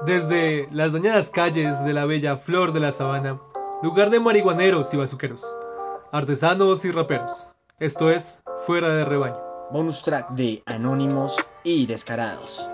Desde las dañadas calles de la bella flor de la sabana, lugar de marihuaneros y bazuqueros, artesanos y raperos. Esto es Fuera de Rebaño. Bonus track de Anónimos y Descarados.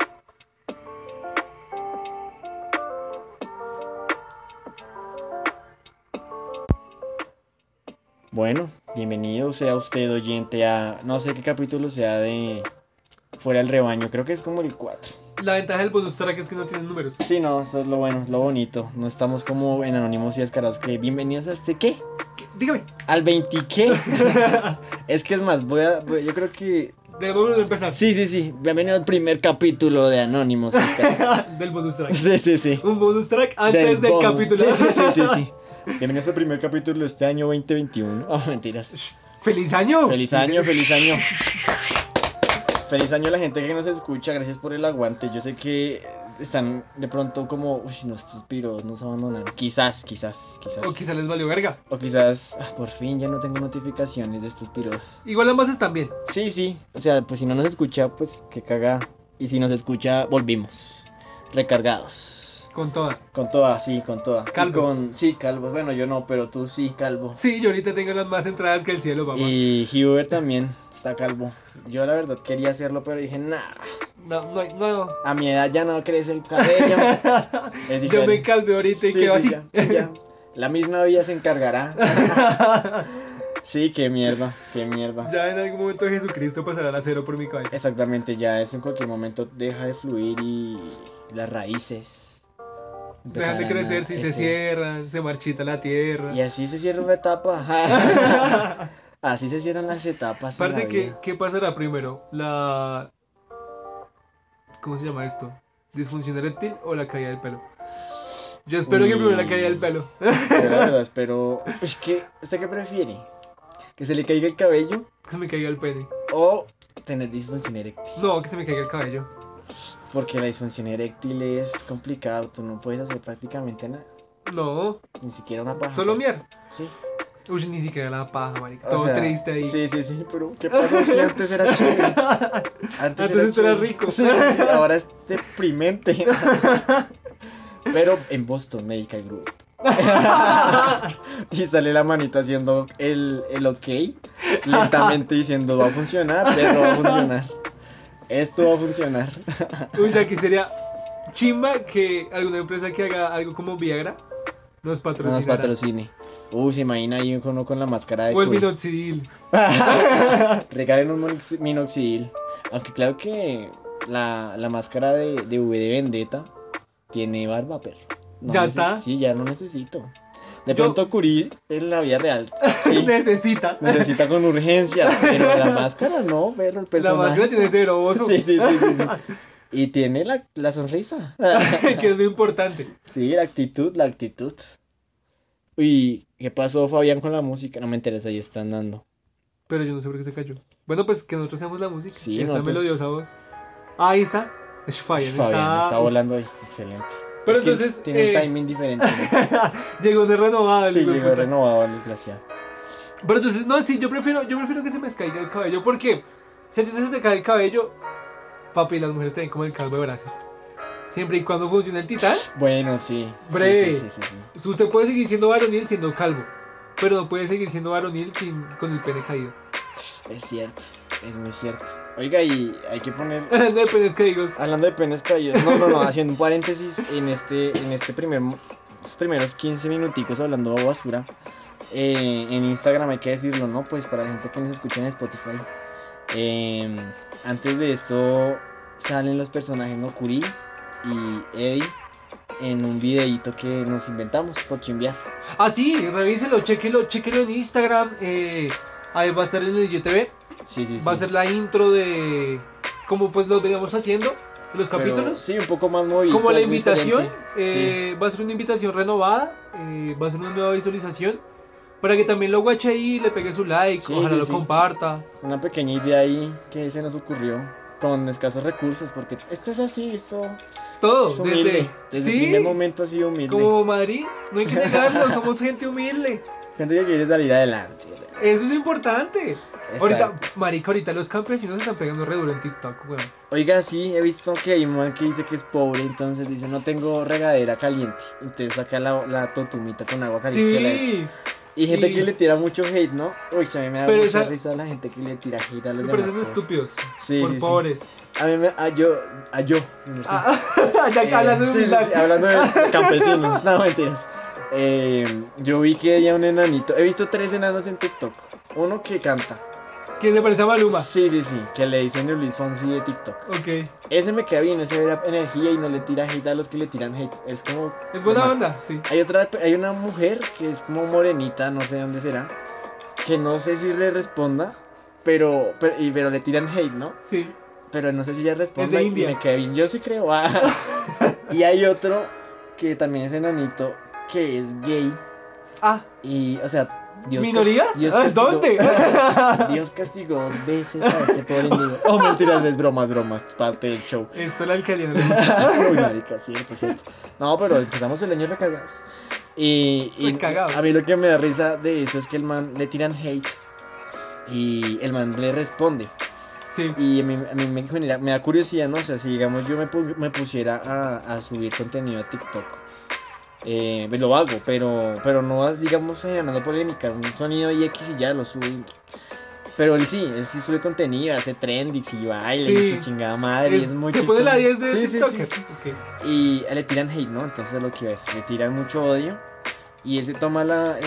Bueno, bienvenido sea usted oyente a no sé qué capítulo sea de Fuera del Rebaño, creo que es como el 4. La ventaja del bonus track es que no tiene números. Sí, no, eso es lo bueno, lo bonito. No estamos como en Anónimos y Descarados que bienvenidos a este ¿qué? Dígame. Al 20 ¿qué? Es que es más, yo creo que Debemos empezar. Sí. Bienvenido al primer capítulo de Anónimos. Del bonus track. Sí. Un bonus track antes del bonus. capítulo. Sí. Bienvenidos al primer capítulo de este año 2021. Oh, mentiras. ¡Feliz año! Feliz año. Feliz año a la gente que nos escucha. Gracias por el aguante. Yo sé que están de pronto como, uy, no, estos piros nos abandonan. Quizás. O quizá les valió verga. O quizás, por fin ya no tengo notificaciones de estos piros. Igual ambas están bien. Sí. O sea, pues si no nos escucha, pues que caga. Y si nos escucha, volvimos. Recargados. Con toda. Con toda. Calvos. Sí, calvos. Bueno, yo no, pero tú sí, calvo. Sí, yo ahorita tengo las más entradas que el cielo, papá. Y Hubert también está calvo. Yo la verdad quería hacerlo, pero dije, nah. No. A mi edad ya no crece el cabello. Es Yo me calvé ahorita y quedo así. Ya. La misma vida se encargará. Sí, qué mierda. Ya en algún momento Jesucristo pasará a cero por mi cabeza. Exactamente, ya eso en cualquier momento deja de fluir y las raíces Dejan de crecer, si se cierran, se marchita la tierra. Y así se cierra una etapa. Así se cierran las etapas. Parece que, ¿qué pasará primero? ¿Cómo se llama esto? ¿Disfunción eréctil o la caída del pelo? Yo espero que primero la caída del pelo. Yo la verdad espero. Es que, ¿usted qué prefiere? ¿Que se le caiga el cabello? Que se me caiga el pene. ¿O tener disfunción eréctil? No, que se me caiga el cabello. Porque la disfunción eréctil es complicado. Tú no puedes hacer prácticamente nada. No. Ni siquiera una paja. Solo miar. Sí. Uy, ni siquiera la paja, marica. O Todo sea, triste ahí. Sí, pero ¿qué pasó si antes era chévere? Antes esto era rico. Sí, ahora es deprimente. Pero en Boston Medical Group. Y sale la manita haciendo el ok, lentamente diciendo va a funcionar, Pedro, va a funcionar. Esto va a funcionar. Uy, aquí sería chimba que alguna empresa que haga algo como Viagra nos patrocine. Se imagina ahí uno con la máscara de o el cuy. minoxidil. Regalen un minoxidil. Aunque claro que la máscara de V de Vendetta tiene barba, perro. ¿Ya está? Sí, ya no necesito. De pronto Curie en la vida real. Sí, Necesita con urgencia. Pero la máscara no, pero el personaje. La máscara tiene ese oso. Sí. Y tiene la sonrisa. Que es lo importante. Sí, la actitud. Uy, ¿qué pasó, Fabián, con la música? No me interesa, ahí están dando. Pero yo no sé por qué se cayó. Bueno, pues que nosotros hacemos la música. Sí, esta nosotros... melodiosa voz. Ahí está. Fabián está volando ahí. Excelente. Pero es que entonces. Tiene un timing diferente. ¿No? Llegó de renovado. Sí, llegó renovado, desgraciado. Pero entonces, no, sí, yo prefiero que se me caiga el cabello. Porque si a ti se te cae el cabello, papi, las mujeres tienen como el calvo de brazos. Siempre y cuando funcione el titán. Bueno, sí. Breve. Sí. Usted puede seguir siendo varonil siendo calvo. Pero no puede seguir siendo varonil con el pene caído. Es cierto, es muy cierto. Oiga, y hay que poner... Hablando de penes caídos. Hablando de penes caídos. No, haciendo un paréntesis en estos primeros 15 minuticos hablando de basura. En Instagram hay que decirlo, ¿no? Pues para la gente que nos escucha en Spotify. Antes de esto salen los personajes, ¿no? Curie y Eddie en un videíto que nos inventamos por chimbear. Ah, sí, revíselo, chéquelo en Instagram. Ahí va a estar en el IGTV. Sí. Va a ser la intro de como pues los veníamos haciendo los capítulos. Sí, un poco más movido. Como la invitación. Sí. Va a ser una invitación renovada. Va a ser una nueva visualización. Para que también lo guache ahí, le pegue su like, ojalá lo comparta. Una pequeña idea ahí que se nos ocurrió con escasos recursos, porque esto es así, todo, es humilde. Desde el primer momento ha sido humilde. Como Madrid, no hay que negarlo, somos gente humilde. Gente que quiere salir adelante. Eso es lo importante. Ahorita, marica, ahorita los campesinos se están pegando re duro en TikTok, weón. Oiga, sí, he visto que hay un man que dice que es pobre, entonces dice, no tengo regadera caliente. Entonces saca la totumita con agua caliente. Se la echa. Sí. Y gente que le tira mucho hate, ¿no? Uy, se me da Pero mucha esa- risa la gente que le tira hate a los Me demás. parecen estúpidos. Sí, por sí, sí. pobres. A mí yo, señor, sí. Ya hablando de sí, sí, humildad. sí, hablando de campesinos, no mentiras. Yo vi que había un enanito. He visto 3 enanos en TikTok. Uno que canta. Que se parece a Maluma. Sí, que le dicen el Luis Fonsi de TikTok. Ok. Ese me queda bien, ese ve la energía y no le tira hate a los que le tiran hate. Es como. Es buena normal. onda, sí. Hay una mujer que es como morenita, no sé dónde será. Que no sé si le responda, pero le tiran hate, ¿no? Sí. Pero no sé si ella responde. Es de y India. me queda bien, yo sí creo. Y hay otro que también es enanito, que es gay. Ah, Y, o sea, ¿minorías? Dios Ah, castigó- ¿dónde? Dios castigó 2 veces a este pobre individuo. Oh, mentiras, es bromas, parte del show. Esto la alcaldía no le gusta. Uy, marica, cierto. No, pero empezamos el año recargados. Y Recagados. a mí lo que me da risa de eso es que el man le tiran hate y el man le responde. Sí. Y a mí me da curiosidad, ¿no? O sea, si digamos yo me pusiera a subir contenido a TikTok, pues lo hago, pero no, digamos, generando polémica, un sonido y X y ya lo subo. Pero él sí sube contenido, hace trendings y baila Sí. y su chingada madre. Es muy se pone la 10 de Sí, sí, TikTok. sí, sí. Ok. Y le tiran hate, ¿no? Entonces lo que es, le tiran mucho odio y él se toma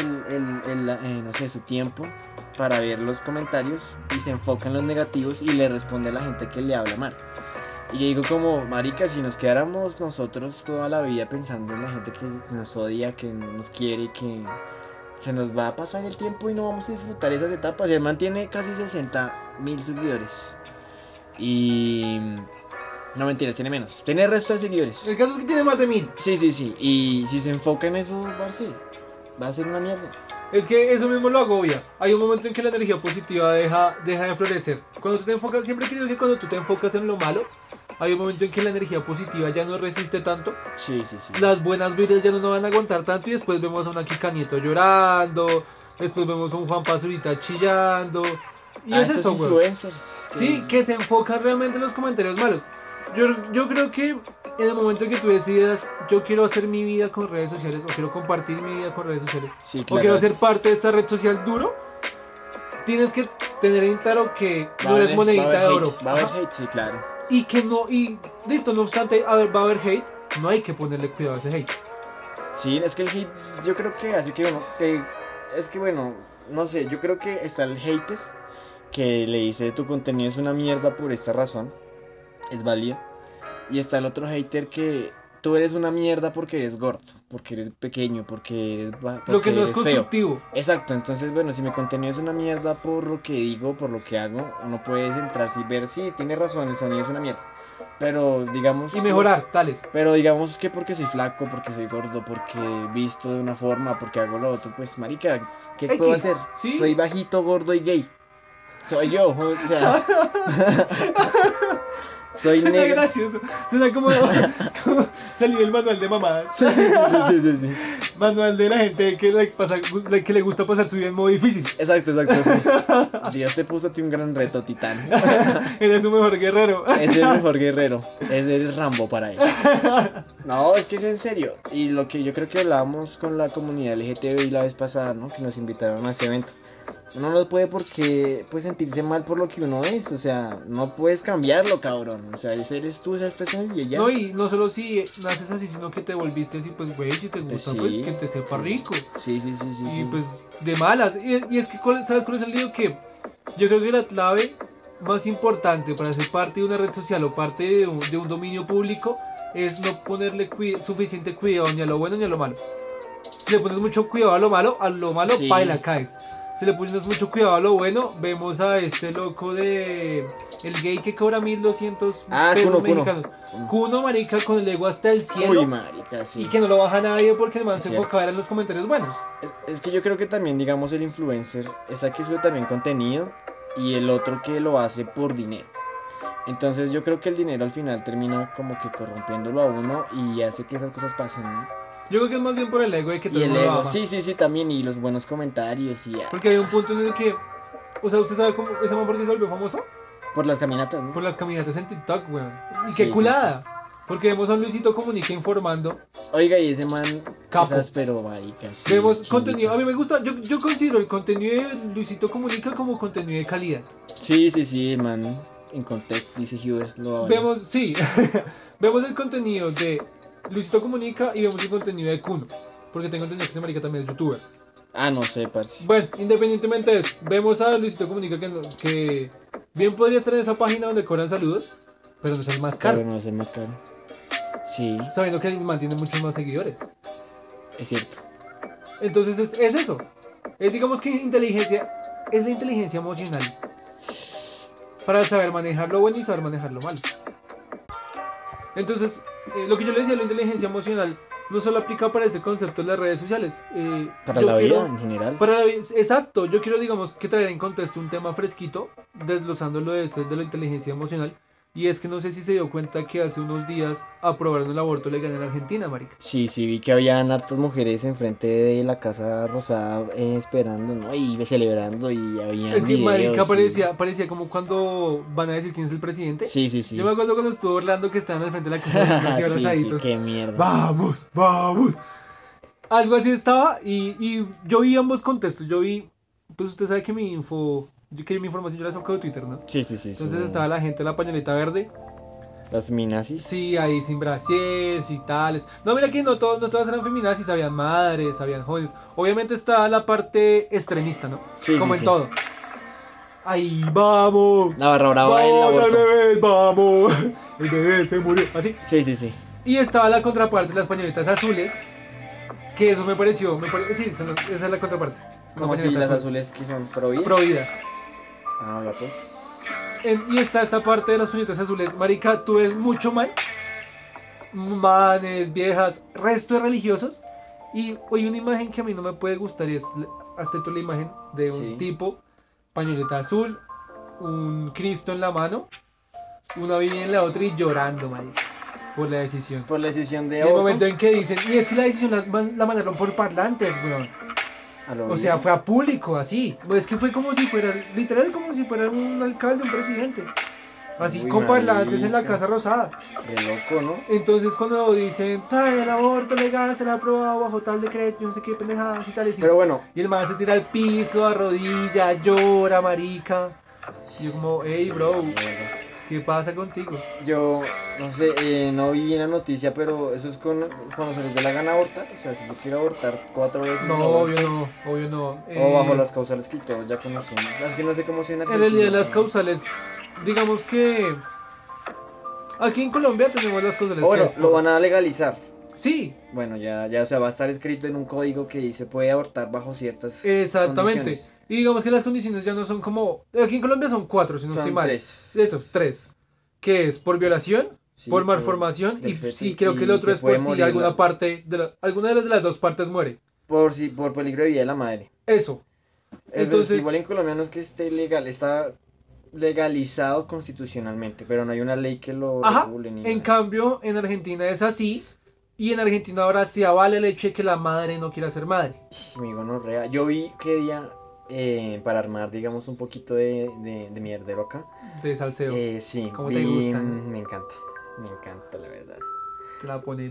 no sé, su tiempo para ver los comentarios y se enfoca en los negativos y le responde a la gente que le habla mal. Y yo digo como, marica, si nos quedáramos nosotros toda la vida pensando en la gente que nos odia, que no nos quiere, que se nos va a pasar el tiempo y no vamos a disfrutar esas etapas. Y el man tiene casi 60.000 seguidores. Y... no mentiras, tiene menos. Tiene el resto de seguidores. El caso es que tiene más de 1000. Sí. Y si se enfoca en eso, va a ser una mierda. Es que eso mismo lo agobia. Hay un momento en que la energía positiva deja de florecer. Cuando tú te enfocas, siempre he creído que cuando tú te enfocas en lo malo, hay un momento en que la energía positiva ya no resiste tanto. Sí. Las buenas vidas ya no van a aguantar tanto y después vemos a una Kika Nieto llorando, después vemos a un Juan Pazurita chillando. Y es estos eso, güey. influencers. Sí, que se enfocan realmente en los comentarios malos. Yo creo que en el momento en que tú decidas, yo quiero hacer mi vida con redes sociales, o quiero compartir mi vida con redes sociales, Sí, o claro. quiero ser parte de esta red social duro, tienes que tener en claro que no eres monedita de oro. Va a haber Ajá. hate, sí, claro. Y que no, y listo, no obstante, va a haber hate, no hay que ponerle cuidado a ese hate. Sí, es que el hate, yo creo que así que bueno, no sé, yo creo que está el hater que le dice tu contenido es una mierda por esta razón, es válido. Y está el otro hater que tú eres una mierda porque eres gordo, porque eres pequeño, porque eres Lo que no es eres feo. constructivo. Exacto, entonces bueno, si mi contenido es una mierda por lo que digo, por lo que hago, uno puede centrarse y ver si tiene razón, el sonido es una mierda. Pero digamos... Y mejorar, tales. Pero digamos que porque soy flaco, porque soy gordo, porque visto de una forma, porque hago lo otro, pues marica, ¿qué X, puedo hacer? ¿sí? Soy bajito, gordo y gay. Soy yo, o sea... soy Suena negro. gracioso. Suena como salió el manual de mamadas. Sí. Manual de la gente que que le gusta pasar su vida en modo difícil. Exacto, sí. Dios te puso a ti un gran reto, titán. Eres un mejor guerrero. Es el mejor guerrero. Es el Rambo para él. No, es que es en serio. Y lo que yo creo que hablábamos con la comunidad LGTBI la vez pasada, ¿no? Que nos invitaron a ese evento. Uno no puede porque pues sentirse mal por lo que uno es. O sea, no puedes cambiarlo, cabrón. O sea, ese eres tú, esa es tu esencia y ya. No, y no solo si naces así, sino que te volviste así, pues güey, si te gusta, sí. pues que te sepa rico. Sí. Y pues de malas. Y es que, ¿sabes cuál es el lío? Que yo creo que la clave más importante para ser parte de una red social o parte de un dominio público es no ponerle suficiente cuidado ni a lo bueno ni a lo malo. Si le pones mucho cuidado a lo malo Sí. paila, caes. Si le pones mucho cuidado a lo bueno, vemos a este loco de... El gay que cobra 1.200 pesos Kuno. mexicanos. Kuno, marica, con el ego hasta el cielo. Uy, marica, sí. Y que no lo baja nadie porque el man Es se cierto. enfocaba en los comentarios buenos. Es que yo creo que también, digamos, el influencer es el que sube también contenido y el otro que lo hace por dinero. Entonces yo creo que el dinero al final termina como que corrompiéndolo a uno y hace que esas cosas pasen, ¿no? Yo creo que es más bien por el ego de que todo Y el el mundo lo ego, ama. sí, también, y los buenos comentarios y... Porque hay un punto en el que O sea, ¿usted sabe cómo ese man por qué se volvió famoso? Por las caminatas, ¿no? Por las caminatas en TikTok, weón. Y Sí, qué sí, culada. Porque vemos a un Luisito Comunica informando. Oiga, y ese man, Capo. esas pero maricas. Sí, Vemos chimbita. contenido. A mí me gusta. Yo considero el contenido de Luisito Comunica como contenido de calidad. Sí, el man, en contexto, dice Hubert, lo va a Vemos, sí. Vemos el contenido de Luisito Comunica y vemos el contenido de Kuno. Porque tengo entendido que ese marica también es youtuber. Ah, no sé, parce. Bueno, independientemente de eso, vemos a Luisito Comunica que bien podría estar en esa página donde cobran saludos, pero no es el más caro. Pero no es el más caro. Sí, Sabiendo que mantiene muchos más seguidores. es cierto. Entonces es eso. Es digamos que inteligencia. Es la inteligencia emocional. Para saber manejar lo bueno y saber manejar lo malo. Entonces, lo que yo le decía, la inteligencia emocional no solo aplica para este concepto de las redes sociales. Para yo la quiero- vida en general. Para la vida, exacto, yo quiero digamos que traer en contexto un tema fresquito, desglosándolo de esto de la inteligencia emocional. Y es que no sé si se dio cuenta que hace unos días aprobaron el aborto legal en Argentina, marica. Sí, vi que habían hartas mujeres enfrente de la Casa Rosada esperando, ¿no? Y celebrando y había Es que marica videos y- parecía como cuando van a decir quién es el presidente. Sí. Yo me acuerdo cuando estuvo Orlando que estaban al frente de la casa así Sí, abrazaditos. qué mierda. Vamos, vamos. Algo así estaba y yo vi ambos contextos. Yo vi, pues usted sabe que mi información yo la saco de Twitter, ¿no? Sí. Entonces estaba la gente de la pañoleta verde. Las feminazis. Sí, ahí sin brasiers y tales. No, mira que no todas eran feminazis, habían madres, habían jóvenes. Obviamente está la parte extremista, ¿no? Sí, Como sí, en sí. todo. Ahí vamos. La barra brava del Vamos al aborto. bebé, vamos. El bebé se murió. Así. Sí. Y estaba la contraparte, las pañoletas azules. Que eso me pareció. Sí, esa es la contraparte. Como Una si pañoleta las azul. azules que son pro vida. Pro vida. Ah, ya pues. Y está esta parte de las pañoletas azules. Marica, tú ves mucho mal. Manes, viejas, resto de religiosos. Y hoy una imagen que a mí no me puede gustar y es hasta tú la imagen de un Sí. tipo, pañoleta azul, un Cristo en la mano, una Biblia en la otra y llorando, marica, por la decisión. Por la decisión de En el aborto. momento en que dicen, y es que la decisión la mandaron por parlantes, weón. A lo O bien. sea, fue a público, así. Es que fue como si fuera, literal, como si fuera un alcalde, un presidente. Así, Uy, con parlantes en la marica. Casa Rosada. Qué loco, ¿no? Entonces, cuando dicen, el aborto legal será aprobado bajo tal decreto, yo no sé qué pendejadas y tales. Pero bueno, Y el man se tira al piso, a rodilla, llora, marica. Y yo, como, hey, bro, ¿qué pasa contigo? yo no sé, no vi bien la noticia, pero eso es cuando se les dé la gana abortar. O sea, si yo quiero abortar 4 veces. No, lo obvio no, obvio no. O bajo las causales que todos ya conocemos. Es que no sé cómo se en En Argentina. realidad las causales, digamos que aquí en Colombia tenemos las causales. O bueno, que es lo por- van a legalizar. Sí, Bueno, ya, o sea, va a estar escrito en un código que dice puede abortar bajo ciertas exactamente. condiciones. Y digamos que las condiciones ya no son como... Aquí en Colombia son 4, si no Son estoy mal. 3. Eso, 3. Que es por violación, Sí, por por malformación y defecto, sí, creo y que el otro se es por puede si morir alguna la- parte, alguna de las dos partes muere. Por peligro de vida de la madre. Eso. Entonces, Entonces, igual en Colombia no es que esté legal, está legalizado constitucionalmente, pero no hay una ley que lo ajá, regule ni en nada. cambio en Argentina es así. Y en Argentina ahora se avala el hecho de que la madre no quiera ser madre. Mi gonorrea. Yo vi que día, para armar, digamos, un poquito de mierdero acá. De salseo. Sí, ¿Cómo te gustan? Me encanta, la verdad. Te la pone...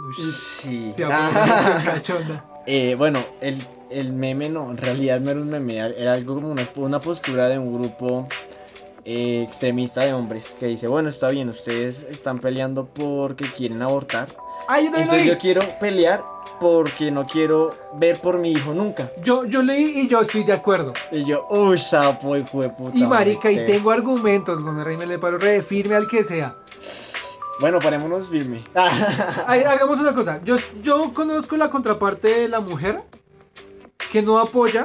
Sí. Se va a poner cachonda. Bueno, el meme no, en realidad no era un meme, era algo como una postura de un grupo extremista de hombres que dice, bueno, está bien, ustedes están peleando porque quieren abortar, Ah, yo también entonces lo yo vi. quiero pelear porque no quiero ver por mi hijo nunca. Yo leí y yo estoy de acuerdo. Y yo, uy, sapo, hijo de puta. Y marica, y madre, tengo argumentos, con el me le paro re firme al que sea. Bueno, parémonos firme. Ay, hagamos una cosa. Yo conozco la contraparte de la mujer que no apoya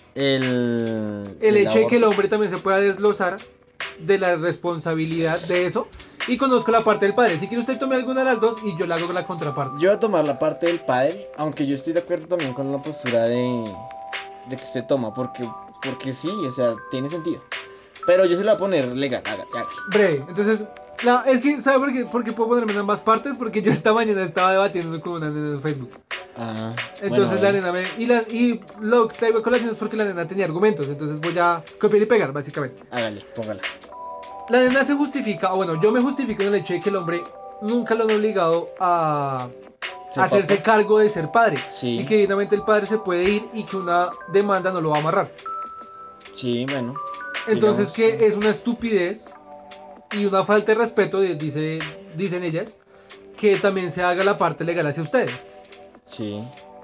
El hecho de que el aborto. hombre también se pueda desglosar de la responsabilidad de eso. Y conozco la parte del padre. Si quiere usted tome alguna de las dos y yo le hago la contraparte. Yo voy a tomar la parte del padre, aunque yo estoy de acuerdo también con la postura de que usted toma, porque sí, o sea, tiene sentido. Pero yo se lo voy a poner legal, haga. Breve, entonces, es que, ¿sabe por qué puedo ponerme en ambas partes? Porque yo esta mañana estaba debatiendo con una nena en Facebook. Ah, Entonces bueno, la nena y lo traigo a colación es porque la nena tenía argumentos. Entonces voy a copiar y pegar, básicamente. hágale, póngala. La nena se justifica, o bueno, yo me justifico en el hecho de que el hombre nunca lo han obligado a ¿Ser hacerse papá? cargo de ser padre. Sí. Y que evidentemente el padre se puede ir y que una demanda no lo va a amarrar. Sí, bueno. Entonces digamos que es una estupidez y una falta de respeto, dicen ellas, que también se haga la parte legal hacia ustedes. Sí.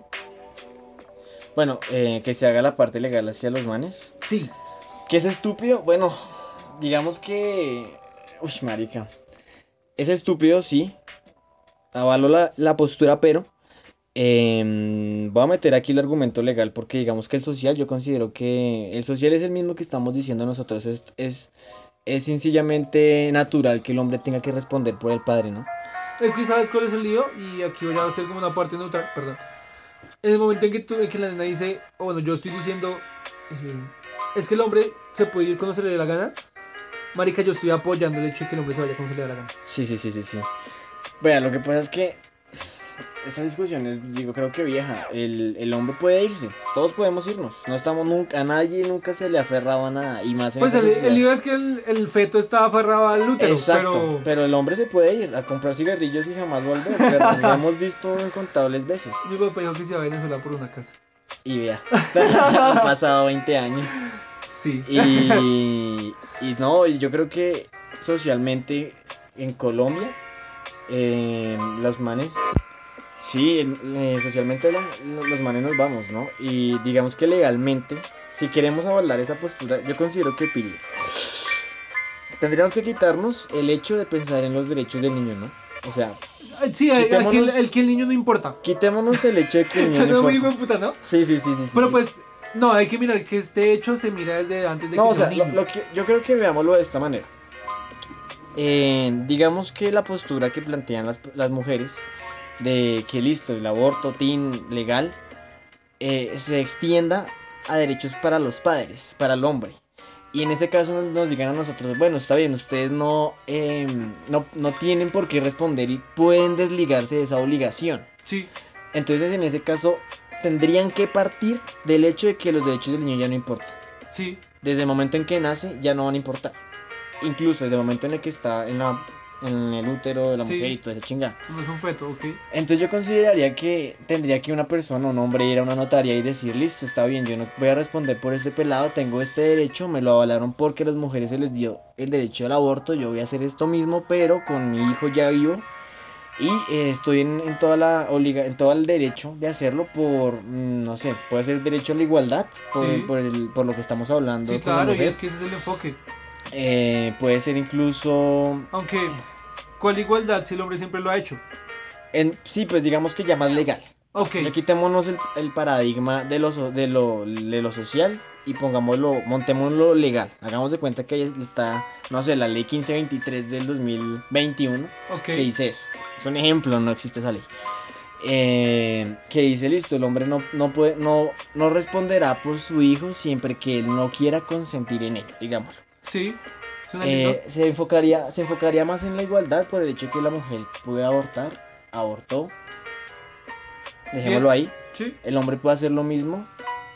Bueno, que se haga la parte legal hacia los manes. Sí, ¿Qué es estúpido? Bueno, digamos que... Uy, marica. Es estúpido, sí. Avalo la postura, pero... voy a meter aquí el argumento legal porque digamos que el social, yo considero que el social es el mismo que estamos diciendo nosotros. Es sencillamente natural que el hombre tenga que responder por el padre, ¿no? es que sabes cuál es el lío y aquí voy a hacer como una parte neutral, perdón. En el momento en que la nena dice, o bueno, yo estoy diciendo, es que el hombre se puede ir cuando se le dé la gana. Marica, yo estoy apoyando el hecho de que el hombre se vaya cuando se le dé la gana. Sí. Vea, lo que pasa es que esta discusión es, digo, creo que vieja. El hombre puede irse, todos podemos irnos. No estamos nunca, a nadie nunca se le ha aferrado a nada. Y más en Pues esta el sociedad. lío es que el feto estaba aferrado al útero, Exacto, pero el hombre se puede ir a comprar cigarrillos y jamás volver. Pero lo hemos visto incontables veces. mi papá dijo que se iba a Venezuela por una casa. Y vea, han pasado 20 años. Sí. Y no, y yo creo que socialmente en Colombia, los manes, sí, socialmente los manes nos vamos, ¿no? Y digamos que legalmente, si queremos avalar esa postura, yo considero que pille. Tendríamos que quitarnos el hecho de pensar en los derechos del niño, ¿no? O sea, Sí, el que el niño no importa. quitémonos el hecho de que el niño Suena no muy importa. buen puta, ¿no? Sí. Pero pues, no, hay que mirar que este hecho se mira desde antes de No, que o sea sea, un niño. lo que, yo creo que veámoslo de esta manera. Digamos que la postura que plantean las mujeres de que listo, el aborto teen legal se extienda a derechos para los padres, para el hombre. Y en ese caso nos digan a nosotros, bueno, está bien, ustedes no tienen por qué responder y pueden desligarse de esa obligación. Sí, Entonces en ese caso tendrían que partir del hecho de que los derechos del niño ya no importan. sí. Desde el momento en que nace ya no van a importar. Incluso desde el momento en el que está en el útero de la Sí. mujer y toda esa chingada. No es un feto, ok. Entonces yo consideraría que tendría que una persona, un hombre, ir a una notaría y decir, listo, está bien, yo no voy a responder por este pelado, tengo este derecho, me lo avalaron porque a las mujeres se les dio el derecho al aborto, yo voy a hacer esto mismo, pero con mi hijo ya vivo. Y estoy en toda en todo el derecho de hacerlo por, no sé, puede ser derecho a la igualdad, Sí. por lo que estamos hablando Sí, con la claro, y mujer. es que ese es el enfoque. Puede ser incluso, Aunque, ¿cuál igualdad si el hombre siempre lo ha hecho? sí, pues digamos que ya más legal. Ok, Ya quitémonos el paradigma de lo social y montémoslo legal. Hagamos de cuenta que ahí está, no sé, la ley 1523 del 2021 ok. que dice eso. Es un ejemplo, no existe esa ley. Que dice, listo, el hombre no responderá por su hijo siempre que él no quiera consentir en ello, digámoslo. Sí, suena lindo. Se enfocaría más en la igualdad por el hecho de que la mujer puede abortó, dejémoslo ahí. Sí, El hombre puede hacer lo mismo,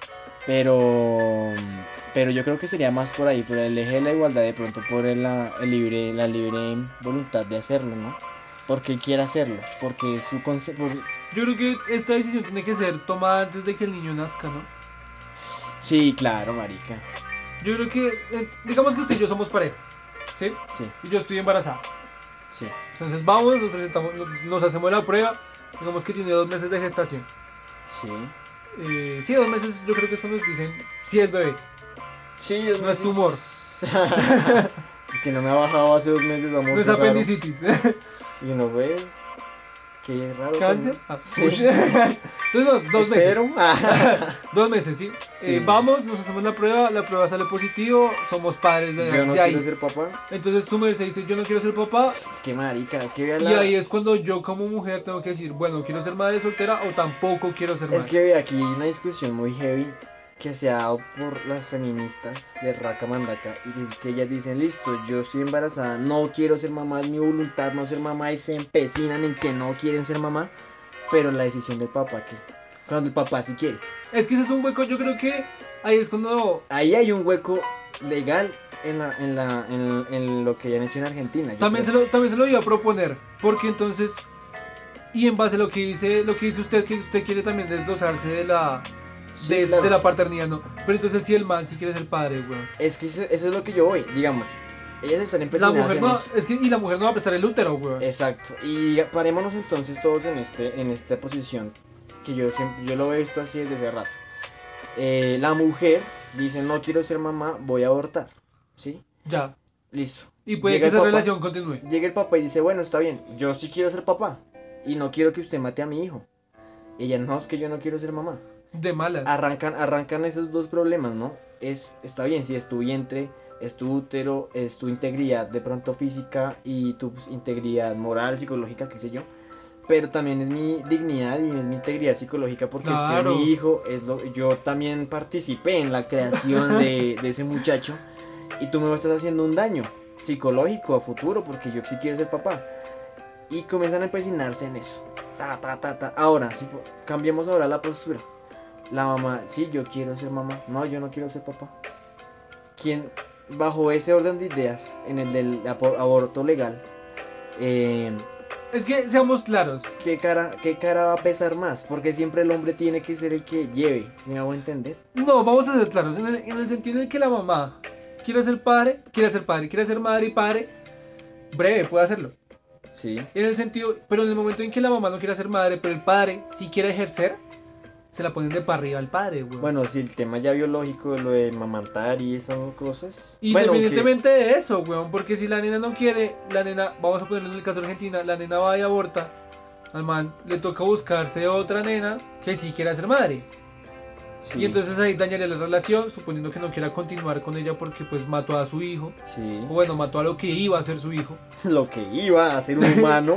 pero yo creo que sería más por ahí, por el eje de la igualdad, de pronto por la libre voluntad de hacerlo, ¿no? Porque él quiere hacerlo, porque yo creo que esta decisión tiene que ser tomada antes de que el niño nazca, ¿no? Sí, claro, marica. Yo creo que, digamos que usted y yo somos pareja, ¿sí? Sí, Y yo estoy embarazada. sí. Entonces vamos, nos presentamos, nos hacemos la prueba. Digamos que tiene 2 meses de gestación. Sí. Sí, 2 meses yo creo que es cuando dicen si es bebé. Sí, No es tumor. Es que no me ha bajado hace 2 meses, amor. No es qué raro. apendicitis. Y no ve. Qué raro. ¿Cáncer? también. Ah, Sí. ush. Entonces no, 2 meses. Espero. 2 meses, sí. Sí. Vamos, nos hacemos la prueba sale positivo, somos padres de, Yo no de ahí. quiero ser papá. Entonces su merced dice, yo no quiero ser papá. Es que marica, es que vea Y ahí es cuando yo como mujer tengo que decir, bueno, quiero ser madre soltera o tampoco quiero ser madre. Es que ve, aquí hay una discusión muy heavy que se ha dado por las feministas de Raka Mandaka y es que ellas dicen, listo, yo estoy embarazada, no quiero ser mamá, es mi voluntad no ser mamá y se empecinan en que no quieren ser mamá, Pero la decisión del papá, ¿qué? Cuando el papá sí quiere. Es que ese es un hueco, yo creo que ahí es cuando... Ahí hay un hueco legal en lo que han hecho en Argentina. También se lo iba a proponer, porque entonces... Y en base a lo que dice usted, que usted quiere también desglosarse Sí, claro. de la paternidad, ¿no? Pero entonces si el man sí quiere ser padre, weón. Es que eso es lo que yo voy, digamos. Ellas están La empezando mujer no, es que, y la mujer no va a prestar el útero, weón. Exacto. Y parémonos entonces todos en esta posición. Que yo lo veo esto así desde hace rato. La mujer dice, no quiero ser mamá, voy a abortar. ¿Sí? Ya. Listo. Y puede Llega que el esa papá, relación continúe. Llega el papá y dice, bueno, está bien, yo sí quiero ser papá. Y no quiero que usted mate a mi hijo. Y ella, no, es que yo no quiero ser mamá. De malas. Arrancan esos dos problemas, ¿no? Está bien, si es tu vientre, es tu útero, es tu integridad de pronto física y tu integridad moral, psicológica, qué sé yo. Pero también es mi dignidad y es mi integridad psicológica porque Claro. es que mi hijo, yo también participé en la creación de ese muchacho y tú me estás haciendo un daño psicológico a futuro porque yo sí quiero ser papá. Y comienzan a empecinarse en eso. Ahora, sí, cambiemos ahora la postura. La mamá, sí, yo quiero ser mamá. No, yo no quiero ser papá. ¿Quién, bajo ese orden de ideas, en el del aborto legal, Es que seamos claros. ¿qué cara va a pesar más? Porque siempre el hombre tiene que ser el que lleve, ¿sí me hago entender? No, vamos a ser claros. En el sentido en el que la mamá quiere ser padre, quiere ser madre y padre, breve, puede hacerlo. Sí. En el sentido, pero en el momento en que la mamá no quiere ser madre, pero el padre sí quiere ejercer, se la ponen de para arriba al padre, güey. Bueno, si el tema ya biológico, lo de mamantar y esas cosas. Independientemente de eso, weón, porque si la nena no quiere, la nena, vamos a ponerlo en el caso de Argentina, la nena va y aborta, al man le toca buscarse otra nena que sí quiera ser madre. Sí, Y entonces ahí dañaría la relación, suponiendo que no quiera continuar con ella porque pues mató a su hijo. sí. O bueno, mató a lo que iba a ser su hijo. Lo que iba a ser un humano.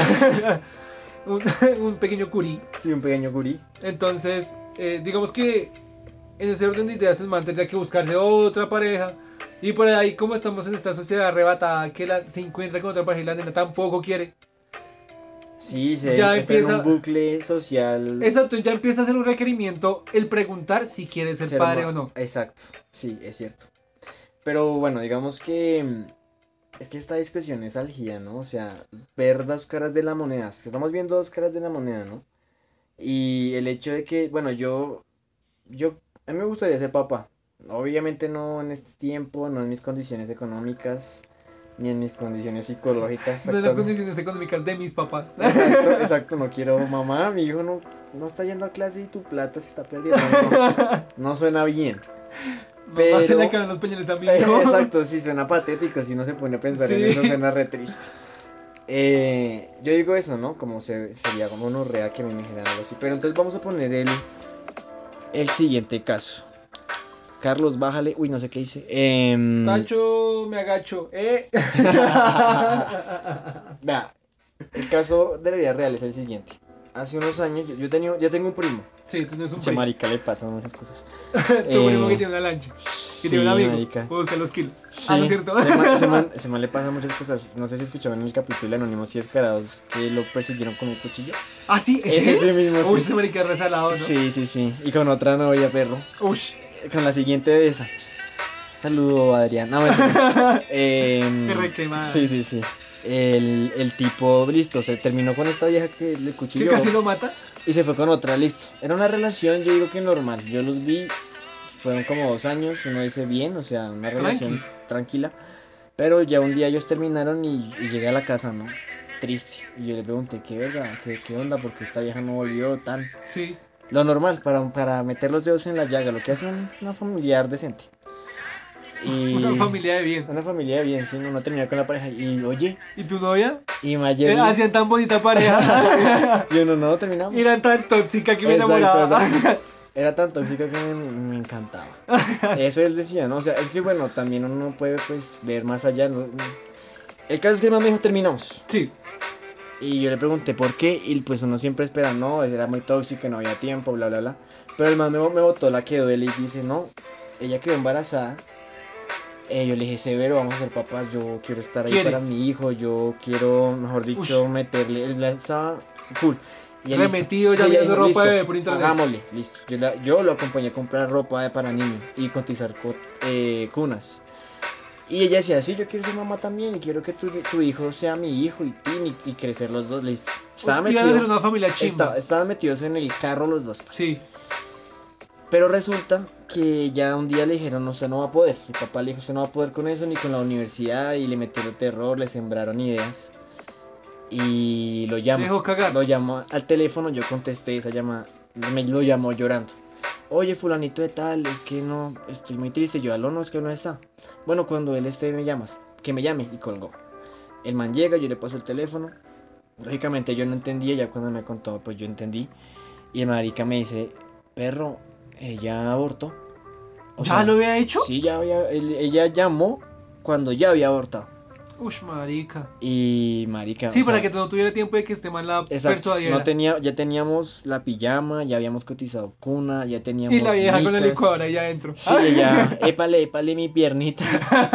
Un pequeño curí. Sí, un pequeño gurí. Entonces, digamos que en ese orden de ideas el man tendría que buscarse otra pareja. Y por ahí, como estamos en esta sociedad arrebatada, que se encuentra con otra pareja y la nena tampoco quiere. Sí, se Ya entra empieza- en un bucle social. Exacto, ya empieza a ser un requerimiento el preguntar si quiere ser padre o no. Exacto, sí, es cierto. Pero bueno, digamos que es que esta discusión es álgida, ¿no? O sea, ver dos caras de la moneda. Estamos viendo dos caras de la moneda, ¿no? Y el hecho de que, bueno, a mí me gustaría ser papá. Obviamente no en este tiempo, no en mis condiciones económicas, ni en mis condiciones psicológicas. De las actualmente. condiciones económicas de mis papás. Exacto, no quiero, mamá, mi hijo no está yendo a clase y tu plata se está perdiendo. No suena bien. Mamá, se Pero- le acaban los pañales a mi hijo. Exacto, sí, suena patético, si no se pone a pensar en Sí. eso, suena re triste. Yo digo eso, ¿no? Como sería como unorrea que me dijeran algo así. Pero entonces vamos a poner el siguiente caso. Carlos, bájale. Uy, no sé qué hice. Tacho, me agacho. Vea, el caso de la vida real es el siguiente. Hace unos años yo tengo un primo. Sí, tú no es un Ese primo. marica le pasan muchas cosas. Tu primo que tiene una lancha. Que sí, tiene un amigo. marica. Puedo buscar los kilos. Sí, Ah, ¿no es cierto? ese man le pasan muchas cosas. No sé si escucharon en el capítulo de Anónimos y Descarados que lo persiguieron con un cuchillo. Ah, sí, Es ese mismo, Uy, sí. ese marica es resalado, ¿no? Sí. Y con otra novia, perro. Uy. Con la siguiente de esa. Saludo, Adrián. No, mentiras. Qué re quemada. Sí. El tipo, listo, se terminó con esta vieja que le Que cuchilló. casi lo mata. Y se fue con otra, listo. Era una relación, yo digo que normal. Yo los vi, fueron como 2 años, uno dice bien, o sea, una relación tranquila. Pero ya un día ellos terminaron y llegué a la casa, ¿no? Triste. Y yo le pregunté, ¿qué verga? ¿Qué onda? Porque esta vieja no volvió tan... Sí. Lo normal, para meter los dedos en la llaga, lo que hace una familiar decente. Y Una familia de bien. una familia de bien, sí, no terminar con la pareja. Y oye, ¿Y tu novia? y Mayer... Hacían tan bonita pareja. y uno no terminamos. Eran tan tóxica que me Exacto, enamoraba. exacto. Era tan tóxica que me encantaba. Eso él decía, ¿no? O sea, es que bueno, también uno puede pues ver más allá, ¿no? El caso es que el man me dijo, terminamos. Sí. Y yo le pregunté por qué, y pues uno siempre espera, no, era muy tóxica, no había tiempo, bla, bla, bla. Pero el man me botó la que duele y dice, no, ella quedó embarazada. Yo le dije, Severo, vamos a ser papás, yo quiero estar ahí ¿Quiere? para mi hijo, yo quiero, mejor dicho, meterle, él estaba full. Y él, remetido listo. ya Sí, ella viendo dijo, ropa de listo, bebé por internet. hagámosle, listo. Yo lo acompañé a comprar ropa para niño y cotizar cunas. Y ella decía, sí, yo quiero ser mamá también y quiero que tu hijo sea mi hijo y crecer los dos, listo. Iban a ser una familia chimba. Estaban metidos en el carro los dos. Sí. Pero resulta que ya un día le dijeron, no, usted no va a poder. El papá le dijo, usted no va a poder con eso ni con la universidad. Y le metieron terror, le sembraron ideas. Y lo Se llama. dejó cagar. Lo llamó al teléfono, yo contesté esa llamada. Me lo llamó llorando. Oye, fulanito de tal, es que no, estoy muy triste. Yo, aló, no, es que no está. Bueno, cuando él esté me llamas. Que me llame. Y colgó. El man llega, yo le paso el teléfono. Lógicamente yo no entendía, ya cuando me contó, pues yo entendí. Y el marica me dice, perro, ella abortó. ¿Ya lo había hecho? Sí, ella llamó cuando ya había abortado. Ush, marica. Y marica. Sí, o para sea, que no tuviera tiempo de que este man la exacto, persuadiera. ya teníamos la pijama, ya habíamos cotizado cuna, ya teníamos Y la vieja con la micas. licuadora ahí adentro. Sí, ya, épale mi piernita.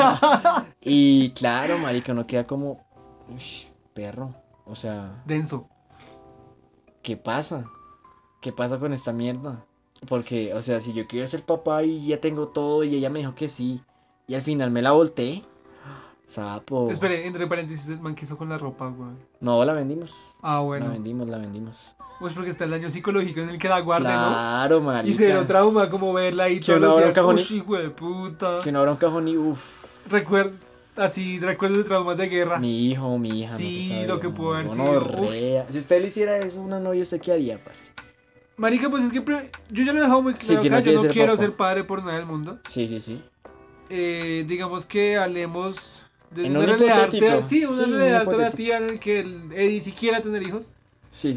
Y claro, marica, uno queda como, ush, perro, o sea, Denso. ¿qué pasa? ¿Qué pasa con esta mierda? Porque, o sea, si yo quiero ser papá y ya tengo todo y ella me dijo que sí, y al final me la volteé, sapo. Espere, entre paréntesis, el man que hizo con la ropa, güey. No, la vendimos. Ah, La bueno. vendimos. Pues porque está el daño psicológico en el que la guarda, Claro, ¿no? marica. Y se lo trauma como verla ahí Que todos no los abra un días. cajón Ush, hijo de puta. Que no habrá un cajón y uff. Recuerdos de traumas de guerra. Mi hijo, mi hija. Sí, no se sabe, lo que pudo haber gonorrea. Si usted le hiciera eso a una novia, ¿usted qué haría, parce? Marica, pues es que yo ya lo he dejado muy Sí, claro que no acá, yo quiere no ser quiero papá. ser padre por nada del mundo. Sí. Digamos que hablemos de En una un realidad, hipotético. sí, una Sí, un realidad hipotético. alternativa en la que el Eddie sí quiera tener hijos. Sí.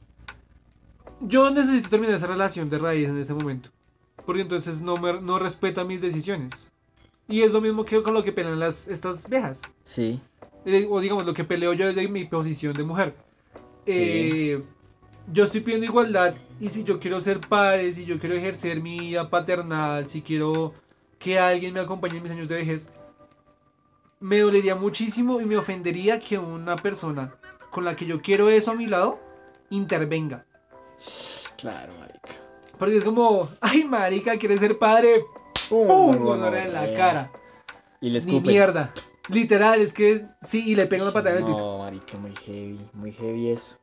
Yo necesito terminar esa relación de raíz en ese momento. Porque entonces no respeta mis decisiones. Y es lo mismo que con lo que pelean estas viejas. Sí. O digamos, lo que peleo yo desde mi posición de mujer. Sí. Yo estoy pidiendo igualdad. Y si yo quiero ser padre, si yo quiero ejercer mi vida paternal, si quiero que alguien me acompañe en mis años de vejez, me dolería muchísimo y me ofendería que una persona con la que yo quiero eso a mi lado intervenga. Claro, marica. Porque es como, ay, marica, ¿quieres ser padre? ¡Pum! Gonorrea en la cara. Y le Ni escupe. mierda. Literal, es que sí, y le pega una patada en el piso. No, marica, muy heavy eso.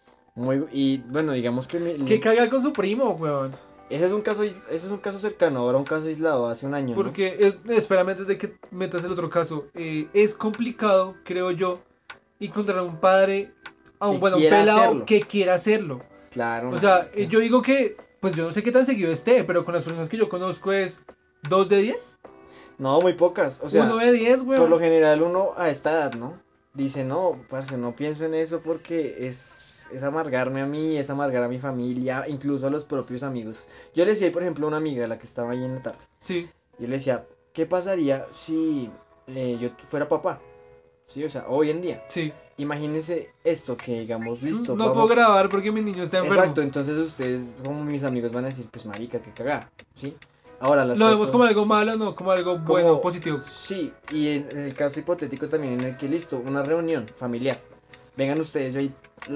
Y bueno, digamos que Que caga con su primo, weón. ese es un caso cercano, ahora un caso aislado hace un año. Porque, espérame antes de que metas el otro caso. Es complicado, creo yo, encontrar un padre, un quiera pelado hacerlo. que quiera hacerlo. Claro. O sea, marica. yo digo que, pues yo no sé qué tan seguido esté, pero con las personas que yo conozco es 2 de 10. No, muy pocas. O sea, 1 de 10, weón. por lo general uno a esta edad, ¿no? Dice, no, parce, no pienso en eso porque es amargarme a mí, es amargar a mi familia, incluso a los propios amigos. Yo le decía, por ejemplo, a una amiga, la que estaba ahí en la tarde. Sí. Yo le decía, ¿qué pasaría si yo fuera papá? Sí, o sea, hoy en día. Sí. Imagínense esto, que digamos, listo. No puedo grabar porque mi niño está enfermo. Exacto, entonces ustedes, como mis amigos, van a decir, pues marica, qué cagada, ¿sí? Ahora las Lo vemos fotos- como algo malo, no como algo bueno, positivo. Sí, y en el caso hipotético también en el que, listo, una reunión familiar. Vengan ustedes, yo ahí,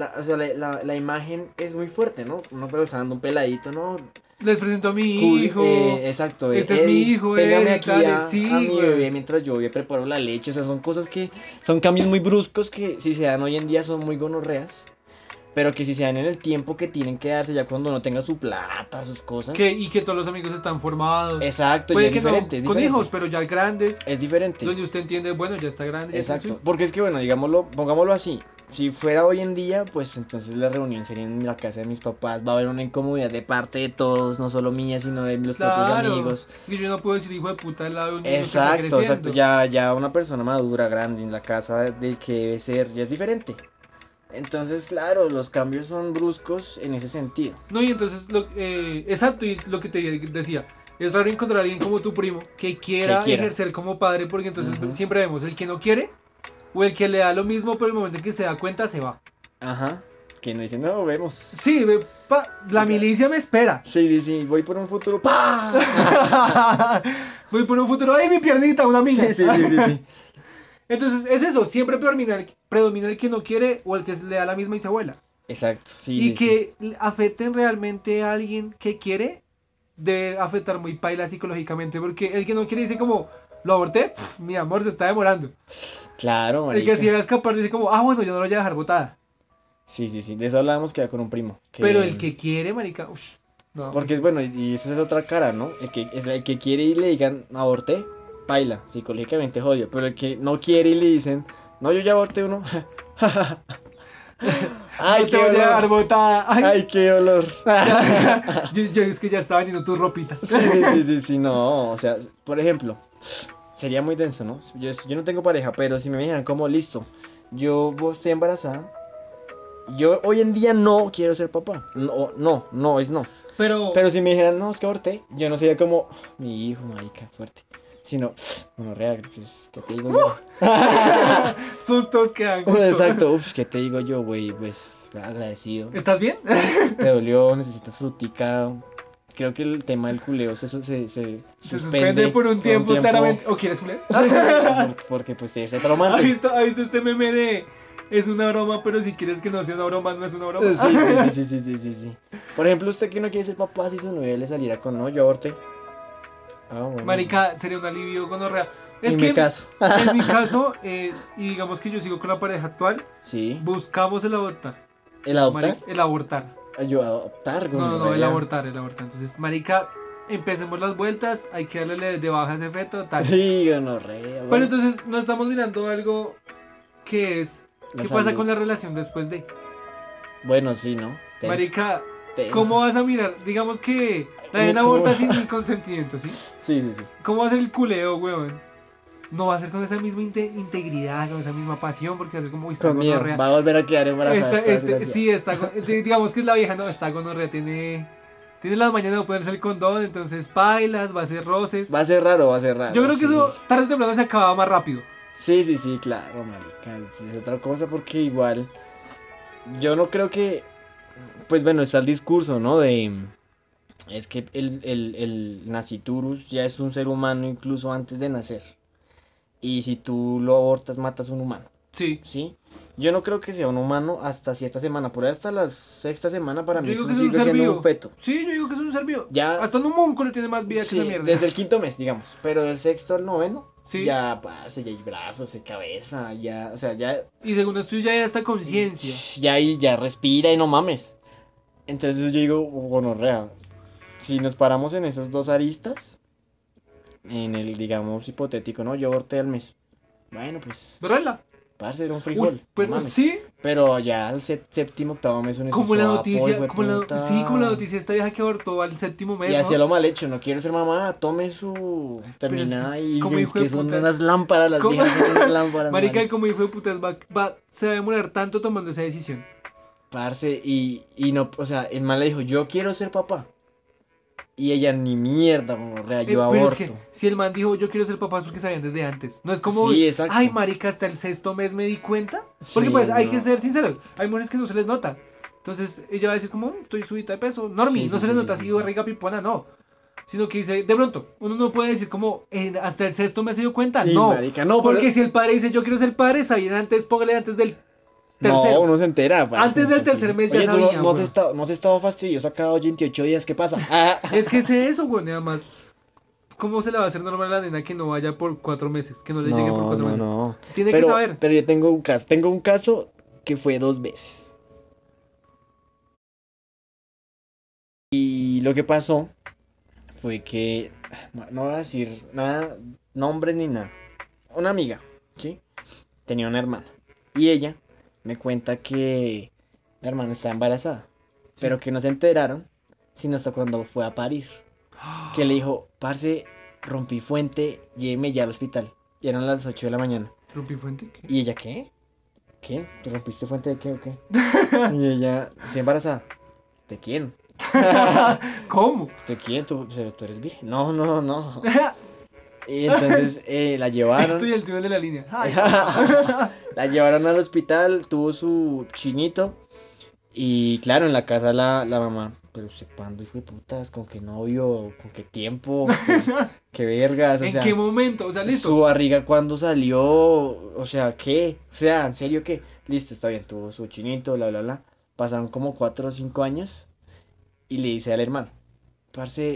la imagen es muy fuerte, ¿no? Uno pero alzando un peladito, ¿no? Les presento a mi Cool, hijo. exacto. Este es mi hijo, téngame Eddie, aquí dale, a sí, mi güey. bebé mientras yo preparo la leche. O sea, son cosas que son cambios muy bruscos que si se dan hoy en día son muy gonorreas. Pero que si se dan en el tiempo que tienen que darse ya cuando no tenga su plata, sus cosas. Y que todos los amigos están formados. Exacto, Puede ya que es diferente, es no con diferente. hijos, pero ya grandes. Es diferente. Donde usted entiende, bueno, ya está grande. ya está Exacto, así. porque es que bueno, digámoslo, pongámoslo así. Si fuera hoy en día, pues entonces la reunión sería en la casa de mis papás. Va a haber una incomodidad de parte de todos, no solo mía, sino de los propios amigos. Y yo no puedo decir hijo de puta al lado de un niño que está Exacto, creciendo. exacto. Ya una persona madura, grande, en la casa del que debe ser, ya es diferente. Entonces, claro, los cambios son bruscos en ese sentido. No, y entonces, exacto, y lo que te decía, es raro encontrar a alguien como tu primo que quiera ejercer como padre, porque entonces siempre vemos el que no quiere o el que le da lo mismo, pero el momento en que se da cuenta se va. Ajá. Que nos dicen, no, vemos. Sí, la milicia me espera. Sí, voy por un futuro. ¡Pah! Voy por un futuro, ¡ay, mi piernita! Una amiga. Sí. Entonces, es eso, siempre predomina el que no quiere o el que le da la misma y se vuela. Exacto, sí. Y sí, que afecten realmente a alguien que quiere, debe afectar muy paila psicológicamente. Porque el que no quiere dice como, lo aborté, mi amor, se está demorando. sí. Claro, El que marica. si va a escapar dice como, bueno, yo no lo voy a dejar botada. Sí, sí, sí. De eso hablábamos que era con un primo. Pero el que quiere, marica, no. Porque es bueno, y esa es otra cara, ¿no? El que quiere y le digan aborté, paila, psicológicamente jodido. Pero el que no quiere y le dicen, no, yo ya aborté uno. Ay, no te voy a dejar botada. Ay, qué dolor. yo es que ya estaba lleno tu ropita. Sí, no. O sea, por ejemplo, sería muy denso, ¿no? Yo no tengo pareja, pero si me dijeran como, listo, vos estoy embarazada. Yo hoy en día no quiero ser papá. No, es no. Pero si me dijeran, no, es que aborté, yo no sería como, mi hijo, marica, fuerte. Sino, bueno, real, pues, ¿qué te digo yo? Sustos que dan gusto. Exacto, ¿qué te digo yo, güey? Pues, agradecido. ¿Estás bien? Te dolió, necesitas frutica. Creo que el tema del culeo se suspende por un tiempo, claramente. ¿O quieres culear? Porque pues te traumante. ¿Ha visto este meme de... Es una broma, pero si quieres que no sea una broma, no es una broma? Sí. Por ejemplo, usted que no quiere ser papá, si su novia le saliera con no, yo aborté. Bueno. Marica, sería un alivio gonorrea. En mi caso. En mi caso, y digamos que yo sigo con la pareja actual, sí. Buscamos el abortar. ¿El adoptar? El abortar. Yo adoptar, No, el abortar. Entonces, marica, empecemos las vueltas, hay que darle de baja ese feto, tal. Sí, gonorrea. Pero entonces, no estamos mirando algo que es... ¿Qué pasa con la relación después de? Bueno, sí, ¿no? Marica, ¿cómo vas a mirar? Digamos que la gente aborta sin mi consentimiento, ¿sí? Sí. ¿Cómo va a ser el culeo, weón? No va a ser con esa misma integridad, con esa misma pasión, porque va a ser como con miedo, va a volver a quedar embarazada. Digamos que es la vieja, no, está gonorrea, tiene las mañanas de ponerse el condón, entonces bailas, va a hacer roces. Va a ser raro. Yo creo que eso tarde o temprano se acaba más rápido. Sí, claro, marica, es otra cosa porque igual yo no creo que, pues bueno, está el discurso, ¿no? Es que el naciturus ya es un ser humano incluso antes de nacer. Y si tú lo abortas, matas a un humano. Sí. ¿Sí? Yo no creo que sea un humano hasta cierta semana. Por ahí hasta la sexta semana para mí sigue siendo un feto. Sí, yo digo que es un ser vivo. Ya, hasta en un monco le tiene más vida que esa mierda. Desde el quinto mes, digamos. Pero del sexto al noveno, sí. Ya, parce, ya hay brazos, hay cabeza, ya, o sea, ya... Y según esto ya hay hasta conciencia. Ya respira y no mames. Entonces yo digo, gonorrea, si nos paramos en esos dos aristas, en el, digamos, hipotético, ¿no? Yo aborté al mes. Bueno, pues... ¿Verdad? Parce, era un frijol. Pero sí. Pero ya al séptimo, octavo mes... Como la noticia, como la noticia esta vieja que abortó al séptimo mes, y hacía lo mal hecho, no quiero ser mamá, tome su... Termina y es que son unas lámparas las viejas, son unas lámparas. Marica, como hijo de putas, se va a demorar tanto tomando esa decisión. Parce, y no, o sea, el man le dijo, yo quiero ser papá. Y ella ni mierda, morrea, yo aborto. Es que si el man dijo yo quiero ser papá es porque sabían desde antes. No es como, sí, exacto. Ay, marica, hasta el sexto mes me di cuenta. Porque pues hay que ser sinceros, hay mujeres que no se les nota. Entonces ella va a decir como, estoy subida de peso, normie, no se les nota así, barriga pipona, no. Sino que dice, de pronto, uno no puede decir como, hasta el sexto mes se dio cuenta, y no. Marica, no, porque si el padre dice yo quiero ser padre, sabían antes, póngale antes del tercero. No, uno se entera. Antes del tercer mes ya sabía. No has estado fastidioso acá 28 días, ¿qué pasa? Es que es eso, güey, nada más. ¿Cómo se le va a hacer normal a la nena que no vaya por 4 meses? Que no le llegue por 4 meses. No. Tiene que saber. Pero yo tengo un caso que fue 2 veces. Y lo que pasó fue que, no voy a decir nada, nombres ni nada. Una amiga, ¿sí? Tenía una hermana. Y ella me cuenta que la hermana estaba embarazada, sí. Pero que no se enteraron sino hasta cuando fue a parir. Que le dijo, parce, rompí fuente, lléveme ya al hospital. Y eran las 8 de la mañana. ¿Rompí fuente? ¿Qué? ¿Y ella qué? ¿Qué? ¿Te rompiste fuente de qué o qué? Y ella, estoy embarazada. ¿De quién? ¿Cómo? ¿De quién? ¿Tú eres virgen? No. Y entonces la llevaron. Estoy al túnel de la línea. La llevaron al hospital, tuvo su chinito. Y claro, en la casa la mamá. Pero usted cuándo, hijo de putas, con qué novio, con qué tiempo, qué vergas, o ¿En sea, qué momento? O sea, listo. Su barriga cuándo salió, o sea, ¿qué? O sea, ¿en serio qué? Listo, está bien, tuvo su chinito, bla. Pasaron como 4 o 5 años y le dice al hermano, parce,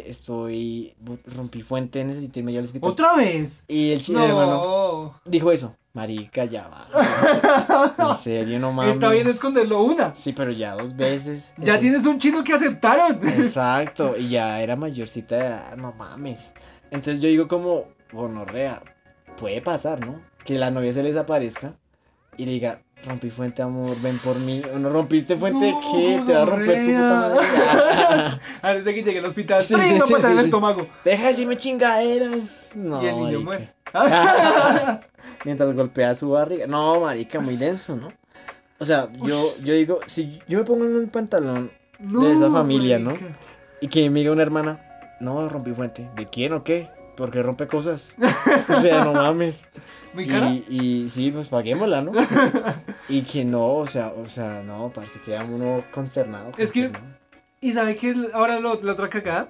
rompí fuente, necesito irme yo al hospital. ¿Otra vez? Y el hermano dijo eso. Marica, ya va. En serio, no mames. Está bien esconderlo una. Sí, pero ya 2 veces. Ya tienes un chino que aceptaron. Exacto, y ya era mayorcita de edad, no mames. Entonces yo digo como, gonorrea, puede pasar, ¿no? Que la novia se les aparezca y le diga, rompí fuente, amor, ven por mí. ¿O no rompiste fuente? No, ¿Qué? Te va a romper tu puta madre. Antes de que llegue al hospital, Sí, ¡trin! No sí, pasa sí, el sí. estómago. Deja de decirme chingaderas. No, Y el niño marica. muere. Mientras golpea su barriga. No, marica, muy denso, ¿no? O sea, yo digo, si yo me pongo en un pantalón de esa familia, ¿no? marica. Y que me diga una hermana, no, rompí fuente. ¿De quién o qué? Porque rompe cosas. O sea, no mames. ¿Mi cara? Y sí, pues paguémosla, ¿no? Y que no, o sea, no, parece que queda uno consternado. Es que- ¿Y sabe qué es ahora la otra cagada?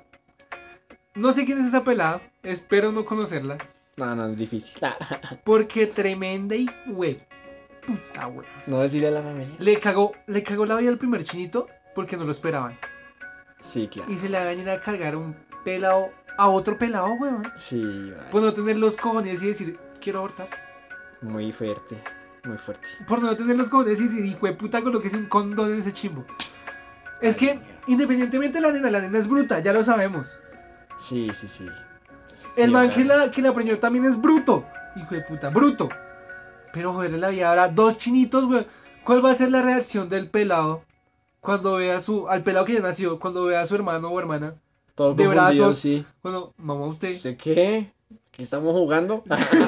No sé quién es esa pelada. Espero no conocerla. No, es difícil. Porque tremenda y puta, güey. No decirle a la familia. Le cagó la vida al primer chinito porque no lo esperaban. Sí, claro. Y se le va a venir a cargar un pelado a otro pelado, weón. Sí, vale. Por no tener los cojones y decir, quiero abortar. Muy fuerte, muy fuerte. Por no tener los cojones y decir, hijo de puta, coloqué un condón en ese chimbo. Es que, independientemente de la nena es bruta, ya lo sabemos. Sí. El Sí, man claro. que la preñó también es bruto. Hijo de puta, bruto. Pero joder, la vida ahora, 2 chinitos, weón. ¿Cuál va a ser la reacción del pelado cuando vea al pelado que ya nació, cuando vea a su hermano o hermana? Todo De confundido, brazos. sí. Bueno, mamá, usted. ¿Usted qué? ¿Qué estamos jugando?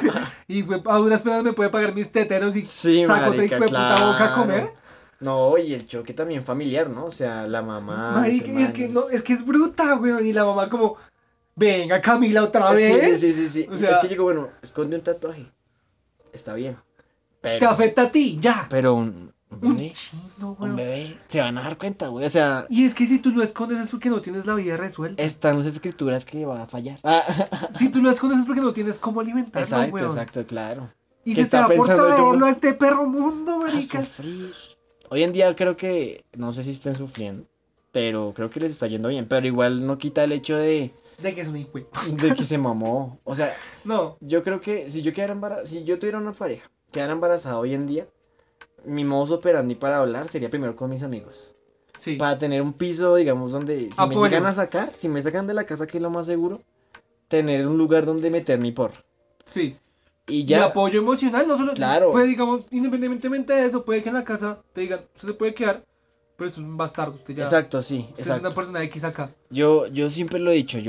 Y güey, a duras penas me puede pagar mis teteros y Sí, saco otra hijo marica, de puta boca a claro. comer. No, y el choque también familiar, ¿no? O sea, la mamá. Marica, los y es que hermanos. no, es que es bruta, weón. Y la mamá como, venga Camila otra vez. Sí. O sea, es que yo digo, bueno, esconde un tatuaje. Está bien. Pero, te afecta a ti, ya. pero un Un bebé, chino, un weón. bebé, se van a dar cuenta, güey. O sea, Y es que si tú lo escondes es porque no tienes la vida resuelta. están las escrituras que va a fallar. Si tú lo escondes es porque no tienes cómo alimentarlo, weón. Exacto, claro. Y ¿Qué se te está va por pensando traerlo como- a este perro mundo, A marica. sufrir. Hoy en día creo que, no sé si estén sufriendo, pero creo que les está yendo bien. Pero igual no quita el hecho de De que es un hijo. que se mamó. O sea, No. yo creo que si yo quedara embarazada, si yo tuviera una pareja, quedara embarazada hoy en día, mi modus operandi para hablar sería primero con mis amigos. Sí. Para tener un piso, digamos, donde si Apoyo. me llegan a sacar, si me sacan de la casa, que es lo más seguro, tener un lugar donde meter mi porro. Sí. Y Y ya, apoyo emocional, no solo. Claro. Puede, digamos, independientemente de eso, puede que en la casa te digan, usted se puede quedar, pero es un bastardo, usted ya. exacto, sí, Usted es una exacto. persona X acá. Yo siempre lo he dicho,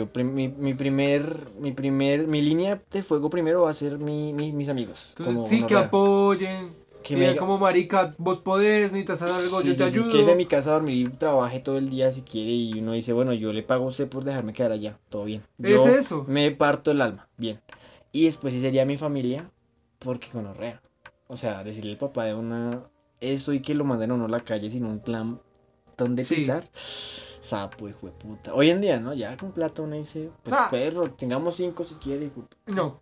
mi línea de fuego primero va a ser mis amigos. Entonces, como sí, que gonorrea. apoyen. Que Que me digan diga- como marica, vos podés, necesitas hacer algo, Sí, yo te sí, sí, ayudo. que es en mi casa a dormir y trabaje todo el día si quiere y uno dice, bueno, yo le pago a usted por dejarme quedar allá, todo bien. Es Yo eso. me parto el alma, bien. Y después sí sería mi familia, porque gonorrea. O sea, decirle al papá de una eso y que lo manden a uno a la calle sin un plan donde Sí. pisar. Sapo, hijo de puta. Hoy en día, ¿no? Ya con plata uno dice, pues Ah. perro, tengamos 5 si quiere, hijo de puta. No.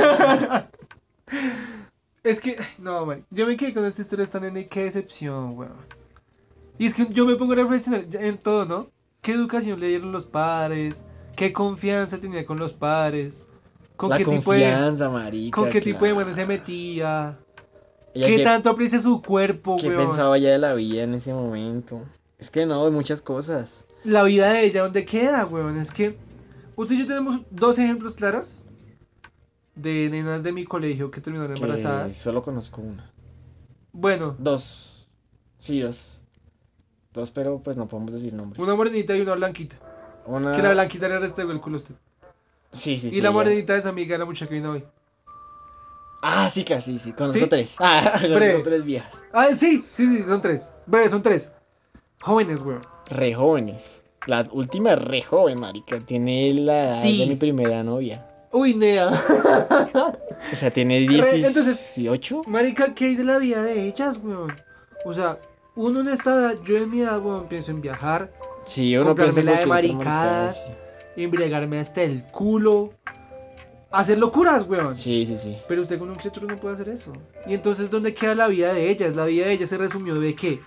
Es que, no, man. Yo me quedé con esta historia tan en qué decepción, weón. Y es que yo me pongo a reflexionar en todo, ¿no? ¿Qué educación le dieron los padres? ¿Qué confianza tenía con los padres? ¿Con La qué confianza, marica. con qué tipo de claro. manes se metía? Ella ¿Qué que- tanto aprecia su cuerpo, ¿Qué weón? pensaba ya de la vida en ese momento? Es que no, hay muchas cosas. La vida de ella, ¿dónde queda, weón? Es que usted y yo tenemos 2 ejemplos claros de nenas de mi colegio que terminaron Que embarazadas. solo conozco una. Bueno, 2. Sí, 2. 2, pero pues no podemos decir nombres. una morenita y una blanquita. Una... Que la blanquita le restregó el culo a usted. Sí, sí, Y sí. la ya. morenita es amiga de la muchacha que vino hoy. Ah, sí, casi, sí. Conozco ¿Sí? 3. Ah, Breve. conozco 3 viejas. Ah, sí, son 3. Breve, son 3. Jóvenes, weón. Re jóvenes. La última es re joven, marica. Tiene la edad Sí. de mi primera novia. Uy, Nea. O sea, tiene Entonces- 18. Marica, ¿qué hay de la vida de ellas, weón? O sea, uno en esta edad, yo en mi edad, weón, pienso en viajar, Sí, uno comprarme piensa la de en cualquier otra maricadas. maricada, embriagarme hasta el culo, hacer locuras, weón. Sí, sí, sí. Pero usted con un criatura no puede hacer eso. Y entonces, ¿dónde queda la vida de ellas? La vida de ellas se resumió de qué?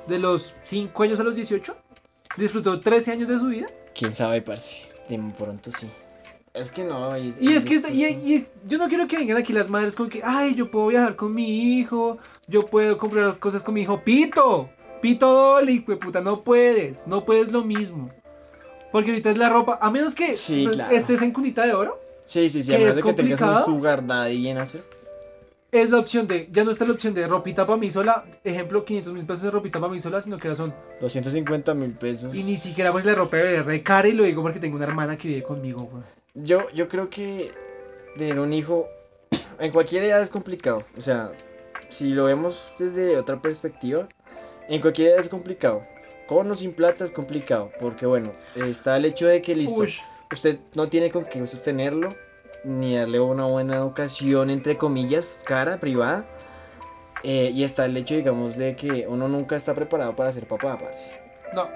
de los 5 años a los 18, disfrutó 13 años de su vida. ¿Quién sabe, parce? De pronto sí. Es que no. Y es que yo no quiero que vengan aquí las madres con que, ay, yo puedo viajar con mi hijo, yo puedo comprar cosas con mi hijo. ¡Pito! ¡Pito Dolly, puta! No puedes lo mismo. Porque ahorita es la ropa, a menos que Sí, claro. estés en cunita de oro, Sí, que a menos es de que tengas un complicado. sugar daddy bien áspero. es la opción de, ya no está la opción de ropita para mí sola, ejemplo, 500.000 pesos de ropita para mí sola, sino que ahora son, 250.000 pesos. y ni siquiera pues la ropa de re cara, y lo digo porque tengo una hermana que vive conmigo, güey. Yo creo que tener un hijo en cualquier edad es complicado. O sea, si lo vemos desde otra perspectiva, en cualquier edad es complicado. Con o sin plata es complicado. Porque bueno, está el hecho de que listo, Uy, usted no tiene con qué sostenerlo, ni darle una buena educación, entre comillas, cara, privada. Y está el hecho, digamos, de que uno nunca está preparado para ser papá, parce. no,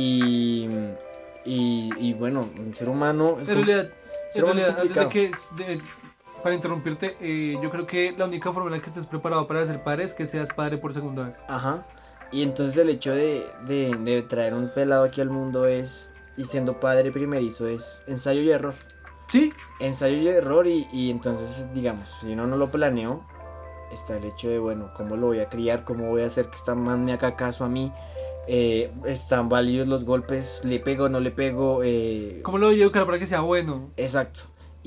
Y bueno, un ser humano es en realidad, ser humano es antes de complicado. que, para interrumpirte, yo creo que la única forma en la que estés preparado para ser padre es que seas padre por segunda vez. Ajá. Y entonces el hecho de traer un pelado aquí al mundo es, y siendo padre primerizo, es ensayo y error. Sí, Ensayo y error y entonces, digamos, si uno no lo planeó, está el hecho de, bueno, ¿cómo lo voy a criar? ¿Cómo voy a hacer que esta man me haga caso a mí? ¿Están válidos los golpes? ¿Le pego, no le pego? ¿cómo lo voy a educar para que sea bueno? Exacto.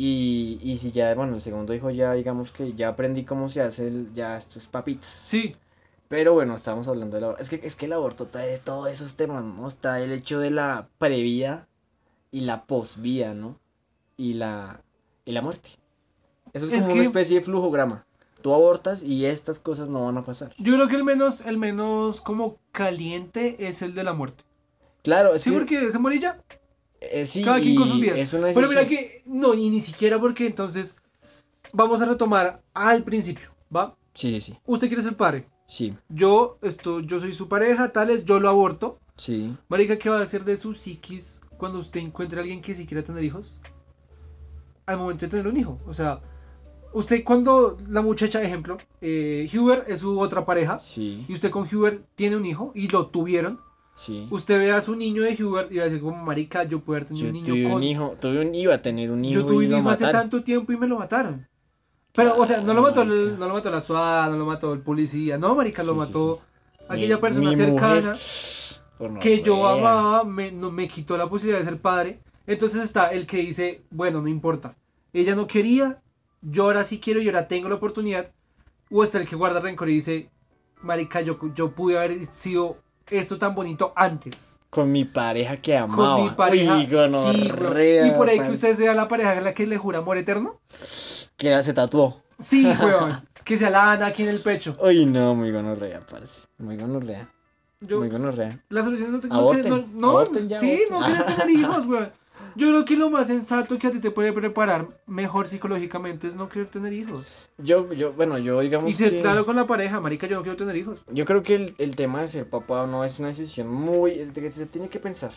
Y si ya, bueno, el segundo hijo ya, digamos que ya aprendí cómo se hace, ya esto es papitas. Sí, Pero bueno, estamos hablando del aborto. Es que el aborto trae todos esos temas, ¿no? Está el hecho de la previda y la posvida, ¿no? Y la muerte. Eso es Es como que- una especie de flujograma. Tú abortas y estas cosas no van a pasar. yo creo que el menos como caliente es el de la muerte. Claro, es Sí, que porque se muere ya. sí, Cada quien con sus y vidas. es una Pero mira decisión. que, no, y ni siquiera porque entonces vamos a retomar al principio, ¿va? Sí. Usted quiere ser padre. Sí, Yo soy su pareja, tales, yo lo aborto. sí. Marica, ¿qué va a hacer de su psiquis cuando usted encuentre a alguien que sí quiera tener hijos? Al momento de tener un hijo. O sea, usted cuando la muchacha, ejemplo, Huber es su otra pareja, Sí, y usted con Huber tiene un hijo y lo tuvieron, sí. usted ve a su niño de Huber y va a decir como, marica, yo puedo haber tenido Yo un niño tuve con... un hijo, iba a tener un hijo Yo tuve y un lo hijo hace mataron. tanto tiempo y me lo mataron. Pero, o sea, no lo mató Marica. no lo mató la SWAT, no lo mató el policía, no, marica, lo Sí, mató sí. aquella Mi- persona mi cercana mujer, por que yo Noruega. amaba, me quitó la posibilidad de ser padre. Entonces está el que dice, bueno, no importa, ella no quería, yo ahora sí quiero y ahora tengo la oportunidad. O está el que guarda rencor y dice, marica, yo pude haber sido esto tan bonito antes. Con mi pareja que amaba. Con mi pareja. Uy, Sí, gonorrea, weón. Y por ahí que parce. usted sea la pareja a la que le jura amor eterno. Que se tatuó. Sí, weón. Que sea la Ana aquí en el pecho. Uy, no, muy gonorrea, parce. Muy gonorrea. Yo, Muy gonorrea. la solución no, Aborten, no, aborten ya, sí, aborten. no quieren tener hijos, weón. Yo creo que lo más sensato que a ti te puede preparar mejor psicológicamente es no querer tener hijos. Bueno, yo digamos Y ser que... claro con la pareja, marica, yo no quiero tener hijos. Yo creo que el tema de ser papá o no es una decisión muy... Es de que se tiene que pensar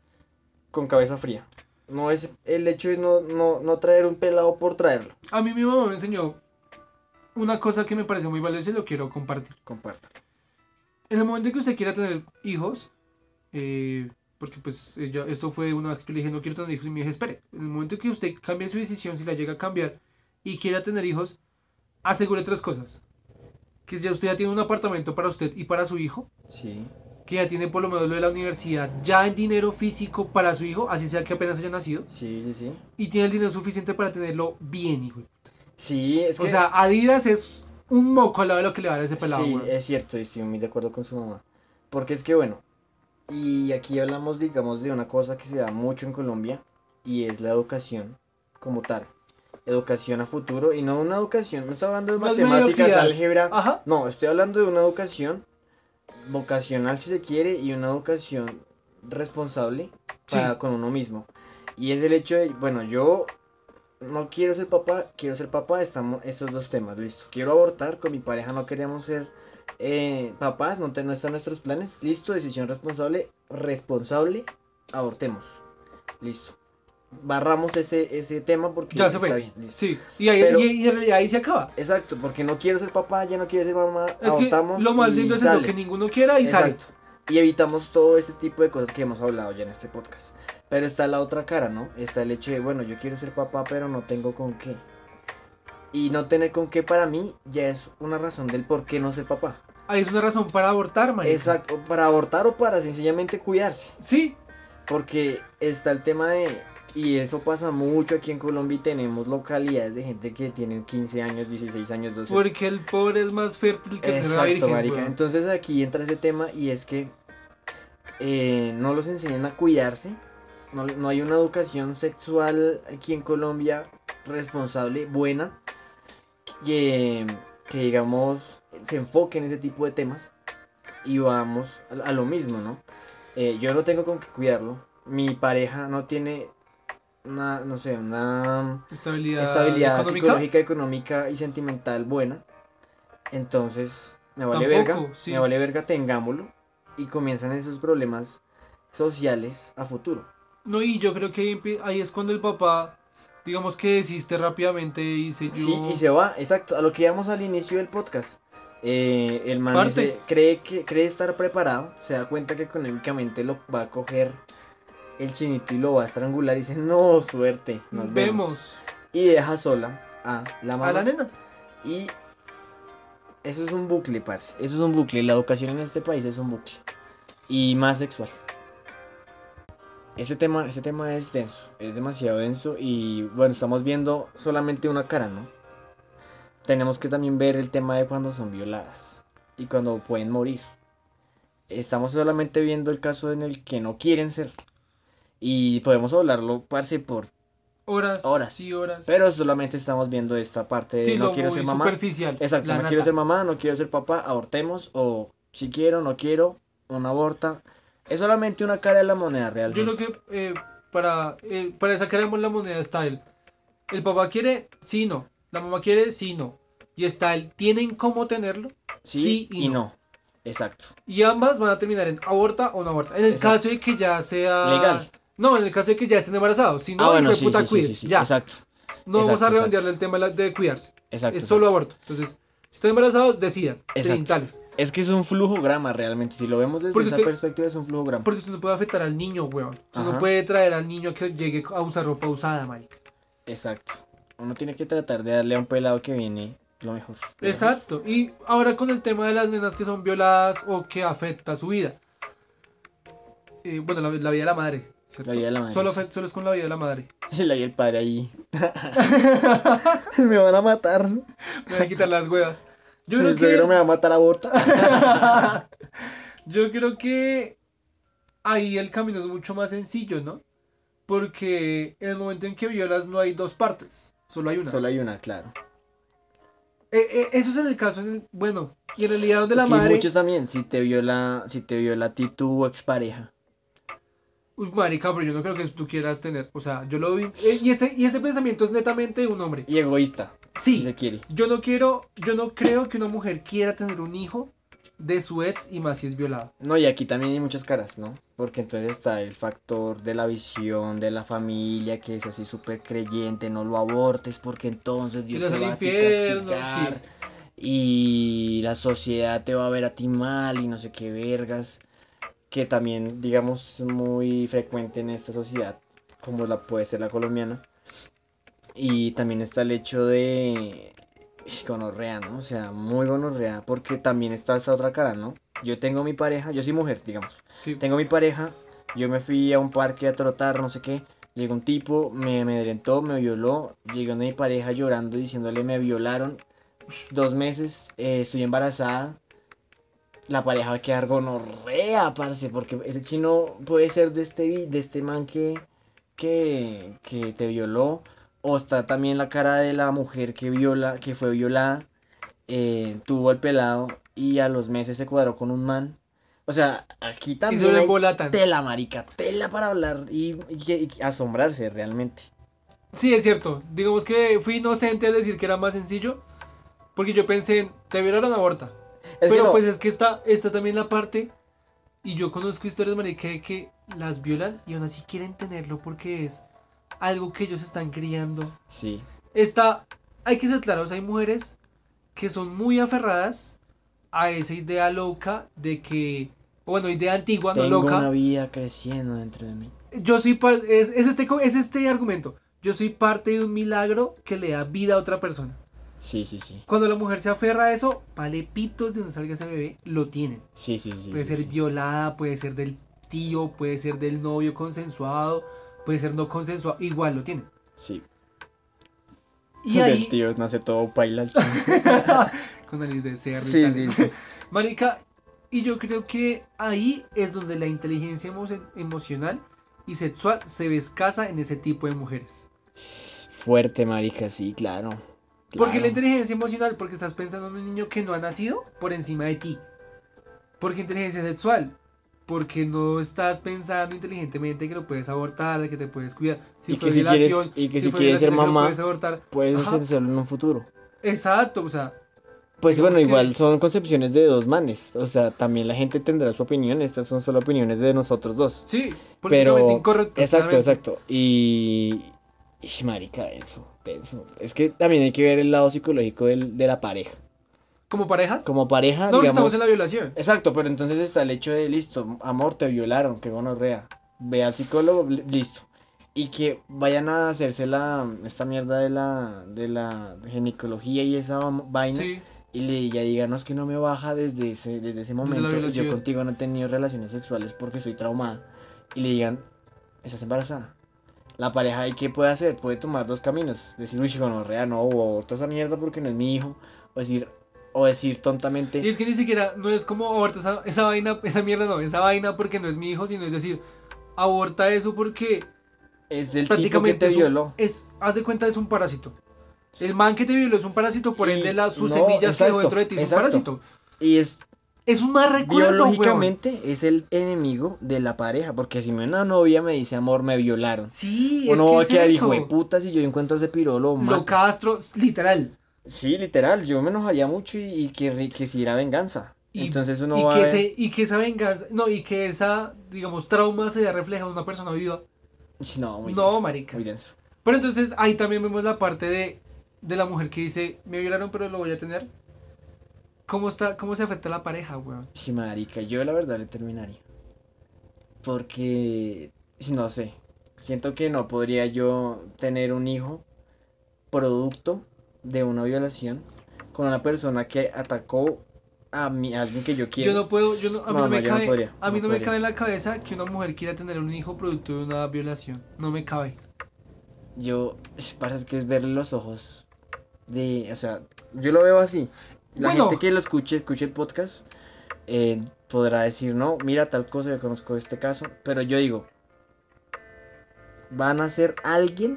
con cabeza fría. No es el hecho de no traer un pelado por traerlo. A mí mi mamá me enseñó una cosa que me parece muy valiosa y lo quiero compartir. Comparta. En el momento en que usted quiera tener hijos, porque pues esto fue una vez que yo le dije no quiero tener hijos y me dije espere, en el momento en que usted cambie su decisión, si la llega a cambiar y quiera tener hijos, asegure 3 cosas. Que ya usted ya tiene un apartamento para usted y para su hijo, Sí. que ya tiene por lo menos lo de la universidad ya en dinero físico para su hijo, así sea que apenas haya nacido, Sí. y tiene el dinero suficiente para tenerlo bien, hijo. Sí, es que... O sea, Adidas es un moco al lado de lo que le va a dar ese pelado, Sí, weón. es cierto, y estoy muy de acuerdo con su mamá. Porque es que, bueno, y aquí hablamos, digamos, de una cosa que se da mucho en Colombia, y es la educación como tal. Educación a futuro, y no una educación, no estoy hablando de No es matemáticas, mediocridad. álgebra. Ajá. No, estoy hablando de una educación vocacional, si se quiere, y una educación responsable para Sí. con uno mismo. Y es el hecho de, bueno, yo no quiero ser papá, quiero ser papá, estamos estos dos temas, listo. Quiero abortar, con mi pareja no queríamos ser papás, no están nuestros planes, listo, decisión responsable, abortemos, listo. Barramos ese tema porque Ya se está fue. bien, listo. Sí. Y ahí, Pero- y en realidad ahí se acaba. Exacto, porque no quiero ser papá, ya no quiero ser mamá, Es que abortamos. lo más y lindo es eso, sale. que ninguno quiera y sale. Exacto. Y evitamos todo este tipo de cosas que hemos hablado ya en este podcast. Pero está la otra cara, ¿no? Está el hecho de, bueno, yo quiero ser papá, pero no tengo con qué. Y no tener con qué para mí ya es una razón del por qué no ser papá. Ahí es una razón para abortar, marica. Exacto, para abortar o para sencillamente cuidarse. Sí. Porque está el tema de, y eso pasa mucho aquí en Colombia y tenemos localidades de gente que tienen 15 años, 16 años, 12. Porque el pobre es más fértil que la Exacto, virgen, marica. weón. Entonces aquí entra ese tema y es que no los enseñan a cuidarse. No hay una educación sexual aquí en Colombia responsable, buena, que digamos se enfoque en ese tipo de temas. Y vamos a lo mismo, ¿no? Yo no tengo con qué cuidarlo. Mi pareja no tiene una, no sé, una estabilidad económica. psicológica, económica y sentimental buena. Entonces, me vale Tampoco, verga, sí. me vale verga, tengámoslo. Y comienzan esos problemas sociales a futuro. No, y yo creo que ahí es cuando el papá, digamos que desiste rápidamente y dice yo... Sí, y se va, exacto, a lo que íbamos al inicio del podcast. El man Parte. cree estar preparado, se da cuenta que económicamente lo va a coger el chinito y lo va a estrangular y dice, no, suerte, nos vemos. Y deja sola a la mamá. A la nena. Y eso es un bucle, parce, eso es un bucle, la educación en este país es un bucle. Y más sexual. Ese tema es denso, es demasiado denso y bueno, estamos viendo solamente una cara, ¿no? Tenemos que también ver el tema de cuando son violadas y cuando pueden morir. Estamos solamente viendo el caso en el que no quieren ser. Y podemos hablarlo, parce, por Horas y horas. pero solamente estamos viendo esta parte de sí, no lo quiero muy ser mamá. superficial. Exacto, la no nata. quiero ser mamá, no quiero ser papá, abortemos o si quiero, no quiero, una aborta. Es solamente una cara de la moneda realmente. Yo creo que para sacar la moneda está el papá quiere, sí, no. La mamá quiere, sí, no. Y está ¿tienen cómo tenerlo? Sí y no. no. Exacto. Y ambas van a terminar en aborta o no aborta. En el Exacto. caso de que ya sea... Legal. No, en el caso de que ya estén embarazados. Si no, Bueno, hijo de puta, sí, cuídese, sí. ya. Exacto. No vamos a Exacto, redondearle exacto. el tema de cuidarse. Exacto. Es solo exacto. aborto. Entonces, si están embarazados, decidan. Exacto. Genitales. Es que es un flujograma realmente. Si lo vemos desde Porque esa usted- perspectiva, es un flujograma. Porque usted no puede afectar al niño, weón. Usted Ajá. no puede traer al niño a que llegue a usar ropa usada, marica. Exacto. Uno tiene que tratar de darle a un pelado que viene lo mejor. Exacto. Y ahora con el tema de las nenas que son violadas o que afecta su vida. Bueno, la vida de la madre. ¿cierto? La vida de la madre, Solo, sí. solo es con la vida de la madre. Se la vi el padre ahí. Me van a matar. Me voy a quitar las huevas. Yo Mi creo suegro que... me va a matar a aborta. Yo creo que ahí el camino es mucho más sencillo, ¿no? Porque en el momento en que violas no hay dos partes, solo hay una. Solo hay una, claro. Eso es en el caso, bueno, y en realidad donde la Es que hay madre... muchos también, si te viola a ti tu expareja. Uy, marica, pero yo no creo que tú quieras tener, o sea, yo lo vi... y este pensamiento es netamente de un hombre. Y egoísta. Sí. Si se quiere. Yo no creo que una mujer quiera tener un hijo de su ex y más si es violada. No, y aquí también hay muchas caras, ¿no? Porque entonces está el factor de la visión de la familia, que es así súper creyente, no lo abortes porque entonces Dios Irás te al va a infierno, castigar. sí. Y la sociedad te va a ver a ti mal y no sé qué vergas. Que también, digamos, es muy frecuente en esta sociedad, como la puede ser la colombiana. Y también está el hecho de gonorrea, ¿no? O sea, muy gonorrea, porque también está esa otra cara, ¿no? Yo tengo mi pareja, yo soy mujer, digamos. Sí. Tengo mi pareja, yo me fui a un parque a trotar, no sé qué. Llegó un tipo, me amedrentó, me violó. Llegó mi pareja llorando, diciéndole me violaron. 2 meses, estoy embarazada. La pareja va a quedar gonorrea, parce, porque ese chino puede ser de este man que te violó. O está también la cara de la mujer que fue violada, tuvo el pelado y a los meses se cuadró con un man. O sea, aquí Y también se lo hay embolatan. tela, marica, tela para hablar y asombrarse realmente. Sí, es cierto. Digamos que fui inocente al decir que era más sencillo. Porque yo pensé en, te violaron, aborta. Es Pero que no, pues es que está también la parte. Y yo conozco historias, marica, de que las violan y aún así quieren tenerlo porque es algo que ellos están criando. sí, Hay que ser claros, hay mujeres que son muy aferradas a esa idea loca de que o bueno, idea antigua, no Tengo loca. una vida creciendo dentro de mí. Yo soy es este argumento. Yo soy parte de un milagro que le da vida a otra persona. Sí, sí, sí. Cuando la mujer se aferra a eso, vale pitos de donde salga ese bebé, lo tienen. Sí, sí, sí. Puede sí, ser sí. violada, puede ser del tío, puede ser del novio consensuado, puede ser no consensuado, igual lo tienen. Sí. Y Del ahí, tío nace todo paila el chino. con nariz de cerdo y Sí, tales. sí, sí. Marica, y yo creo que ahí es donde la inteligencia emocional y sexual se ve escasa en ese tipo de mujeres. Fuerte, marica, sí, claro. Porque la Claro. inteligencia emocional, porque estás pensando en un niño que no ha nacido por encima de ti. Porque inteligencia sexual, porque no estás pensando inteligentemente que lo puedes abortar, de que te puedes cuidar. Y fue que si violación, quieres, y que si fue quieres ser violación, que lo mamá, puedes abortar. puedes Ajá. hacerlo en un futuro. Exacto, o sea, Pues digamos bueno, que- igual son concepciones de dos manes. O sea, también la gente tendrá su opinión. Estas son solo opiniones de nosotros dos. sí, Pero. políticamente incorrecto. Exacto, claramente. exacto. Y marica, eso, tenso. Es que también hay que ver el lado psicológico de la pareja. ¿Como parejas? Como pareja, no, porque digamos. estamos en la violación. Exacto, pero entonces está el hecho de listo, amor, te violaron, que gonorrea. Ve al psicólogo, listo. Y que vayan a hacerse esta mierda de la ginecología y esa vaina. Sí, Y le ya díganos que no me baja desde ese momento. Y yo violación. contigo no he tenido relaciones sexuales porque soy traumada. Y le digan, estás embarazada. La pareja, ¿y qué puede hacer? Puede tomar dos caminos. Decir, uy, gonorrea, no, o aborto esa mierda porque no es mi hijo. O decir tontamente. y es que ni siquiera, no es como aborta esa vaina, esa mierda no, esa vaina porque no es mi hijo, sino es decir, aborta eso porque Es del tipo que prácticamente te violó. haz de cuenta, es un parásito. El man que te violó es un parásito, por Y ende su no, semilla se exacto, dejó dentro de ti, es exacto. un parásito. Y es Es un mal recuerdo, biológicamente es el enemigo de la pareja. Porque si una novia me dice, amor, me violaron. weón. Sí, O es no que va a es quedar eso. hijo de puta si yo encuentro ese pirolo o Lo mato. castro, literal. Sí, literal, yo me enojaría mucho y que si era venganza. Y, Entonces uno y va que a ver. y que esa venganza, no, y que esa, digamos, trauma se vea reflejado en una persona viva. No, muy No, denso, marica. muy denso. Pero entonces ahí también vemos la parte de la mujer que dice, me violaron pero lo voy a tener. ¿Cómo se afecta a la pareja, weón? Sí, marica, yo la verdad le terminaría. Porque, no sé, siento que no podría yo tener un hijo producto de una violación con una persona que atacó a alguien que yo quiero. Yo no puedo, a mí No, no, me yo no cabe, podría, a mí no no me podría. cabe en la cabeza que una mujer quiera tener un hijo producto de una violación. No me cabe. Parece que es verle los ojos o sea, yo lo veo así. La Bueno. gente que lo escuche el podcast, podrá decir, no, mira tal cosa, yo conozco este caso, pero yo digo, van a ser alguien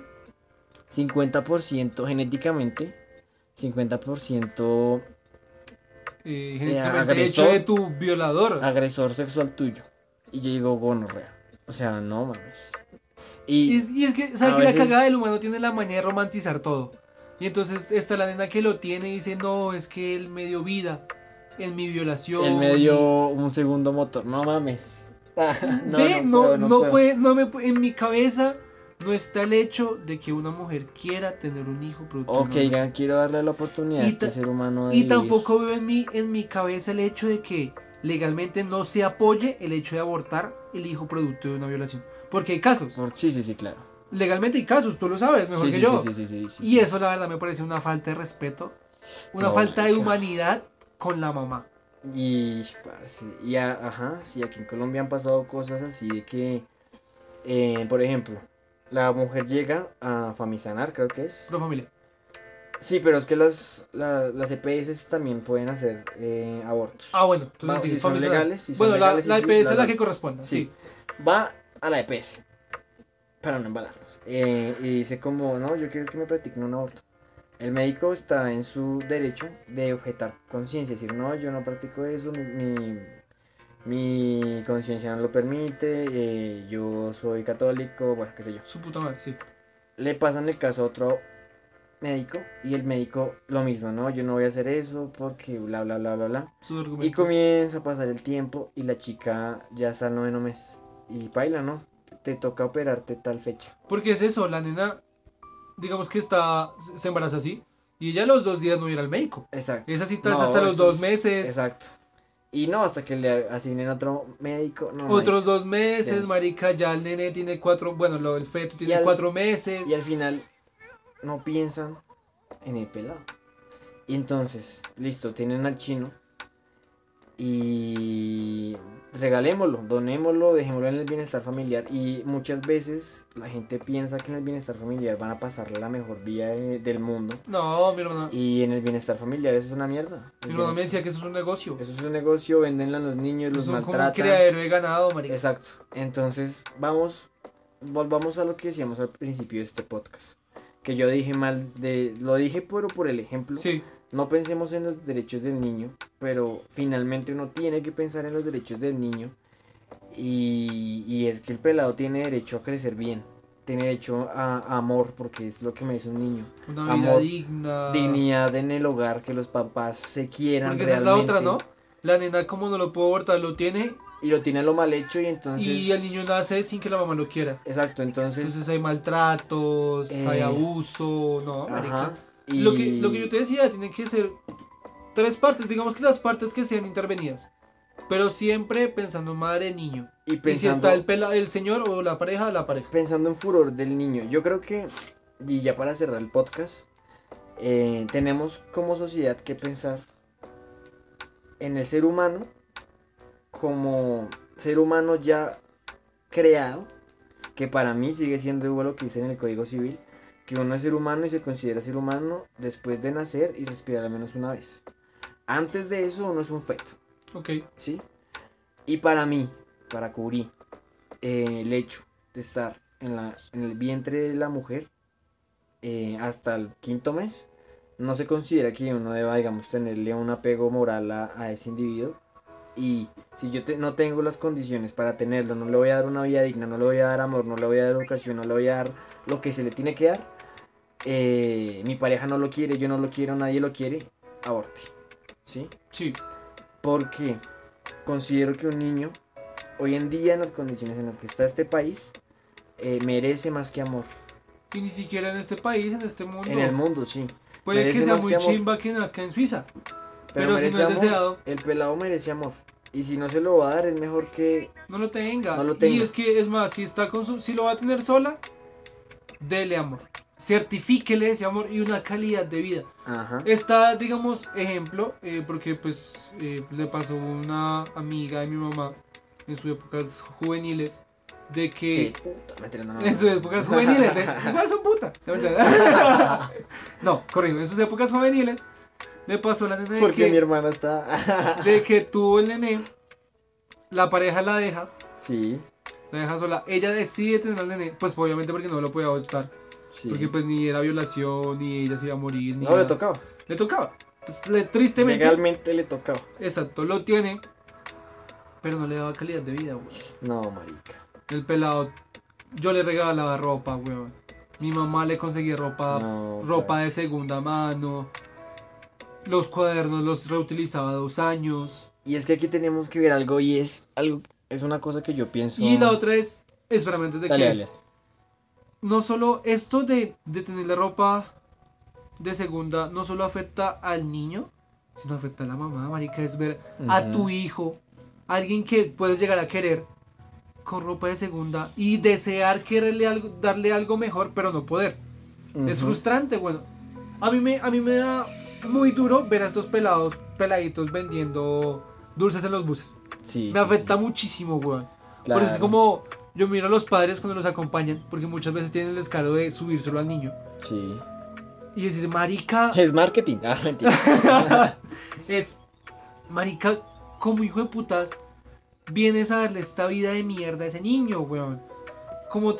50% genéticamente, 50% Genéticamente agresor. hecho de tu violador. agresor sexual tuyo. Y yo digo, gonorrea. O sea, no mames. Y es que, ¿sabes a que veces- la cagada del humano tiene la maña de romantizar todo? Y entonces está la nena que lo tiene y dice, no, es que él me dio vida en mi violación. él me dio un segundo motor, no mames. En mi cabeza no está el hecho de que una mujer quiera tener un hijo producto de Ok, una violación. quiero darle la oportunidad a Y este ta- ser humano de Y vivir. tampoco veo en mi cabeza el hecho de que legalmente no se apoye el hecho de abortar el hijo producto de una violación. Porque hay casos. Sí, sí, sí, claro. Legalmente hay casos, tú lo sabes mejor Sí, que sí, yo. sí. Y eso la verdad me parece una falta de respeto, una No, falta de marica. humanidad con la mamá. Y, parce, ajá, sí, aquí en Colombia han pasado cosas así de que, por ejemplo, la mujer llega a Famisanar, creo que es. Pro familia. Sí, pero es que las EPS también pueden hacer abortos. Ah, bueno, entonces Va, sí, si son familiar. legales, si son Bueno, legales, la sí, EPS es la la- que corresponda, Sí. sí. Va a la EPS para no embalarnos. Y dice como, no, yo quiero que me practiquen un aborto. El médico está en su derecho de objetar conciencia, decir, no, yo no practico eso, mi conciencia no lo permite, yo soy católico, bueno, qué sé yo. Su puta madre, sí. Le pasan el caso a otro médico y el médico lo mismo, no, yo no voy a hacer eso porque bla, bla, bla, bla, bla. Sus Y argumentos. comienza a pasar el tiempo y la chica ya está al 9º mes. Y baila, ¿no? Te toca operarte tal fecha. Porque es eso, la nena, digamos que se embaraza así, y ella a los 2 días no ir al médico. Exacto. Esa cita es hasta los eso 2 meses. Exacto. Y no, hasta que le asignen otro médico. No, Otros marica, 2 meses, denso. marica, ya el nene tiene 4, bueno, el feto tiene 4 meses. Y al final no piensan en el pelado. Y entonces, listo, tienen al chino. Y regalémoslo, donémoslo, dejémoslo en el bienestar familiar. Y muchas veces la gente piensa que en el bienestar familiar van a pasar la mejor vida del mundo. No, mi hermana. Y en el bienestar familiar eso es una mierda. Mi hermana me decía que eso es un negocio. Eso es un negocio, vendenlo a los niños, los Son como un maltratan. criadero de ganado, marica. Exacto. Entonces, volvamos a lo que decíamos al principio de este podcast. Que yo dije mal, lo dije por el ejemplo. Sí. No pensemos en los derechos del niño, pero finalmente uno tiene que pensar en los derechos del niño. Y es que el pelado tiene derecho a crecer bien. Tiene derecho a amor, porque es lo que merece un niño. Una vida Amor, digna. dignidad en el hogar, que los papás se quieran Porque realmente. esa es la otra, ¿no? La nena, como no lo puedo abortar, lo tiene. Y lo tiene lo mal hecho y entonces... Y el niño nace sin que la mamá lo quiera. Exacto, entonces Hay maltratos, hay abuso, ¿no, marica? ajá, y... Lo que yo te decía, tienen que ser 3 partes, digamos que las partes que sean intervenidas. Pero siempre pensando en madre y niño. Y Y si está el señor o la pareja, pensando en furor del niño. Yo creo que, y ya para cerrar el podcast, tenemos como sociedad que pensar en el ser humano como ser humano ya creado, que para mí sigue siendo igual lo que dice en el Código Civil, que uno es ser humano y se considera ser humano después de nacer y respirar al menos una vez. Antes de eso uno es un feto. Ok. ¿Sí? Y para mí, para cubrir el hecho de estar en el vientre de la mujer hasta el 5.º mes, no se considera que uno deba, digamos, tenerle un apego moral a ese individuo. Y si yo no tengo las condiciones para tenerlo, no le voy a dar una vida digna, no le voy a dar amor, no le voy a dar educación, no le voy a dar lo que se le tiene que dar, mi pareja no lo quiere, yo no lo quiero, nadie lo quiere, aborte. ¿Sí? Sí. Porque considero que un niño, hoy en día en las condiciones en las que está este país, merece más que amor. Y ni siquiera en este país, en este mundo. En el mundo, sí. Puede merece que sea más muy que amor. chimba que nazca en Suiza. Pero si merece no es amor. deseado, El pelado merece amor. Y si no se lo va a dar, es mejor que... no lo tenga. No lo tenga. Y es que, es más, si lo va a tener sola, dele amor. Certifíquele ese amor y una calidad de vida. Ajá. Está, digamos, ejemplo, porque pues le pasó una amiga de mi mamá en sus épocas juveniles, de que... Puta, mentira, no. En sus épocas juveniles, igual son puta. No, corrijo, en sus épocas juveniles le pasó a la nena Porque mi hermana está... de que tuvo el nené, la pareja la deja sola, ella decide tener al nené, pues obviamente porque no lo podía adoptar, Sí. porque pues ni era violación, ni ella se iba a morir, ni No, nada. le tocaba. Le tocaba, pues tristemente. Legalmente le tocaba. Exacto, lo tiene, pero no le daba calidad de vida, güey. No, marica. El pelado, yo le regalaba ropa, güey. Mi mamá le conseguía ropa No, de pues. segunda mano. Los cuadernos los reutilizaba 2 años. Y es que aquí tenemos que ver algo y es una cosa que yo pienso... Y la otra es, espérame antes de que... Dale. No solo esto de tenerle ropa de segunda, no solo afecta al niño, sino afecta a la mamá, marica. Es ver a tu hijo, alguien que puedes llegar a querer, con ropa de segunda y desear darle algo mejor, pero no poder. Es frustrante, bueno. A mí me da muy duro ver a estos peladitos vendiendo dulces en los buses. Sí, Me afecta muchísimo, weón. Claro. Por eso es como yo miro a los padres cuando los acompañan, porque muchas veces tienen el descaro de subírselo al niño Sí. y decir, marica, Es marketing. Ah, mentira. marica, como hijo de putas, vienes a darle esta vida de mierda a ese niño, weón. ¿Cómo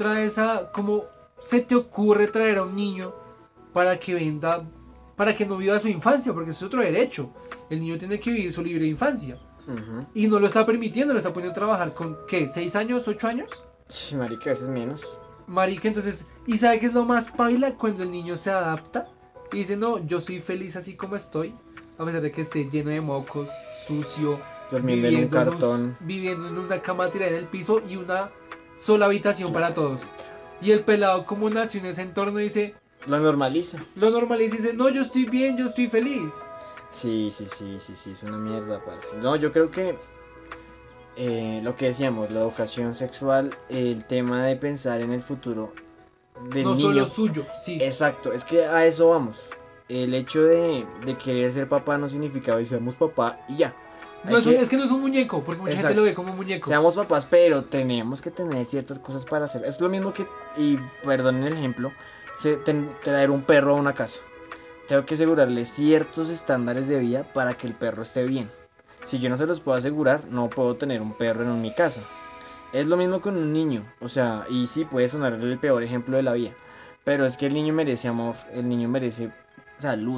se te ocurre traer a un niño para que para que no viva su infancia? Porque eso es otro derecho. El niño tiene que vivir su libre infancia. Y no lo está permitiendo, lo está poniendo a trabajar con, ¿qué? ¿6 años? ¿8 años? Sí, marica, a veces menos. Marica, entonces, ¿y sabe qué es lo más paila? Cuando el niño se adapta y dice, no, yo soy feliz así como estoy, a pesar de que esté lleno de mocos, sucio, Durmiendo en un cartón. viviendo en una cama tirada en el piso y una sola habitación para todos. Y el pelado, como nació en ese entorno, dice, Lo normaliza. lo normaliza y dice, no, yo estoy bien, yo estoy feliz. Sí, es una mierda, parce. No, yo creo que lo que decíamos, la educación sexual, el tema de pensar en el futuro del No niño. solo suyo, sí. Exacto, es que a eso vamos. El hecho de querer ser papá no significa hoy seamos papá y ya. No es que no es un muñeco, porque mucha gente lo ve como un muñeco. Seamos papás, pero tenemos que tener ciertas cosas para hacer. Es lo mismo que, y perdonen el ejemplo, traer un perro a una casa. Tengo que asegurarle ciertos estándares de vida para que el perro esté bien. Si yo no se los puedo asegurar, no puedo tener un perro en mi casa. Es lo mismo con un niño, o sea, y sí puede sonar el peor ejemplo de la vida, pero es que el niño merece amor, el niño merece salud,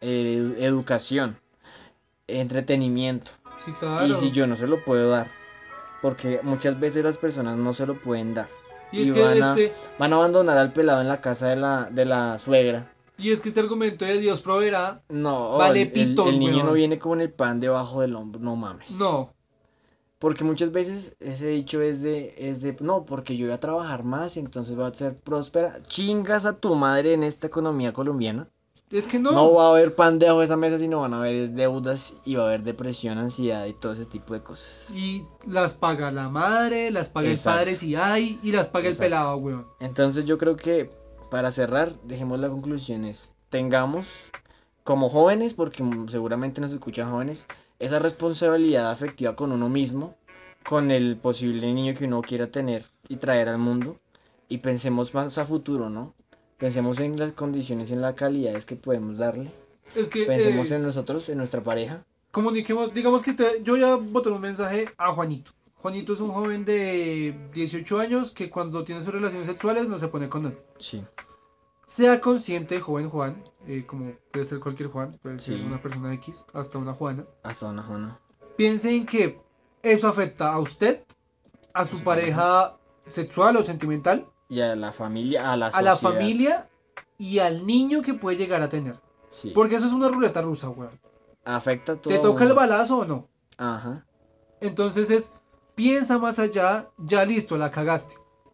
educación, entretenimiento. Sí, claro. Y si yo no se lo puedo dar, porque muchas veces las personas no se lo pueden dar. Y es que van a abandonar al pelado en la casa de la suegra. Y es que este argumento de Dios proveerá. No, vale pitos, el niño weón. no viene con el pan debajo del hombro, no mames. No. Porque muchas veces ese dicho es de no, porque yo voy a trabajar más y entonces voy a ser próspera. Chingas a tu madre en esta economía colombiana. Es que no. No va a haber pan debajo de esa mesa, sino van a haber deudas y va a haber depresión, ansiedad y todo ese tipo de cosas. Y las paga la madre, las paga Exacto. el padre si hay, y las paga Exacto. el pelado, weón. Entonces yo creo que para cerrar, dejemos la conclusión es, tengamos como jóvenes, porque seguramente nos escuchan jóvenes, esa responsabilidad afectiva con uno mismo, con el posible niño que uno quiera tener y traer al mundo, y pensemos más a futuro, ¿no? Pensemos en las condiciones, en las calidades que podemos darle. Es que. Pensemos en nosotros, en nuestra pareja. Comuniquemos, digamos que yo ya boté un mensaje a Juanito. Juanito es un joven de 18 años que cuando tiene sus relaciones sexuales no se pone condón. Sí. Sea consciente, joven Juan, como puede ser cualquier Juan, puede ser Sí. una persona X, hasta una Juana. Hasta una Juana. Piense en que eso afecta a usted, a su pareja sexual o sentimental, Y a la familia, a la a sociedad. la familia y al niño que puede llegar a tener. Sí. Porque eso es una ruleta rusa, weón. Afecta a todo. ¿Te toca el balazo o no? Ajá. Entonces piensa más allá, ya listo, la cagaste.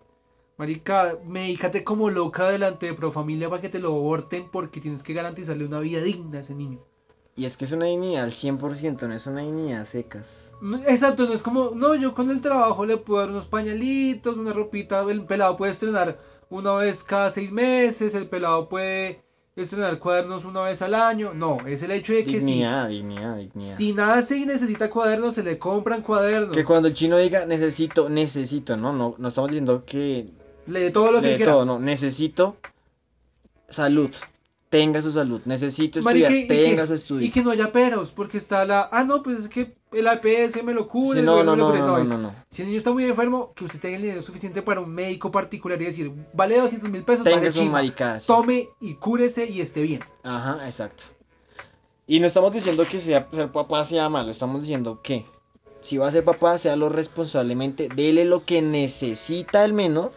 Marica, medícate como loca delante de Profamilia para que te lo aborten porque tienes que garantizarle una vida digna a ese niño. Y es que es una dignidad al 100%, no es una dignidad secas. Exacto, no es como, no, yo con el trabajo le puedo dar unos pañalitos, una ropita, el pelado puede estrenar una vez cada 6 meses, el pelado puede estrenar cuadernos una vez al año. No, es el hecho de que Dignidad. si nace y necesita cuadernos, se le compran cuadernos. Que cuando el chino diga necesito, no estamos diciendo que le dé todo lo que de quiera. todo, no, necesito salud, tenga su salud, necesito estudiar, Marica, tenga su estudio. y que no haya peros, porque está no, pues es que el APS me lo cubre. Sí, el gobierno me lo cubre. no. Si el niño está muy enfermo, que usted tenga el dinero suficiente para un médico particular y decir, vale 200,000 pesos, Tenga vale su chimba, maricadas. tome y cúrese y esté bien. Ajá, exacto. Y no estamos diciendo que ser papá sea malo, estamos diciendo que si va a ser papá, séalo responsablemente, dele lo que necesita el menor.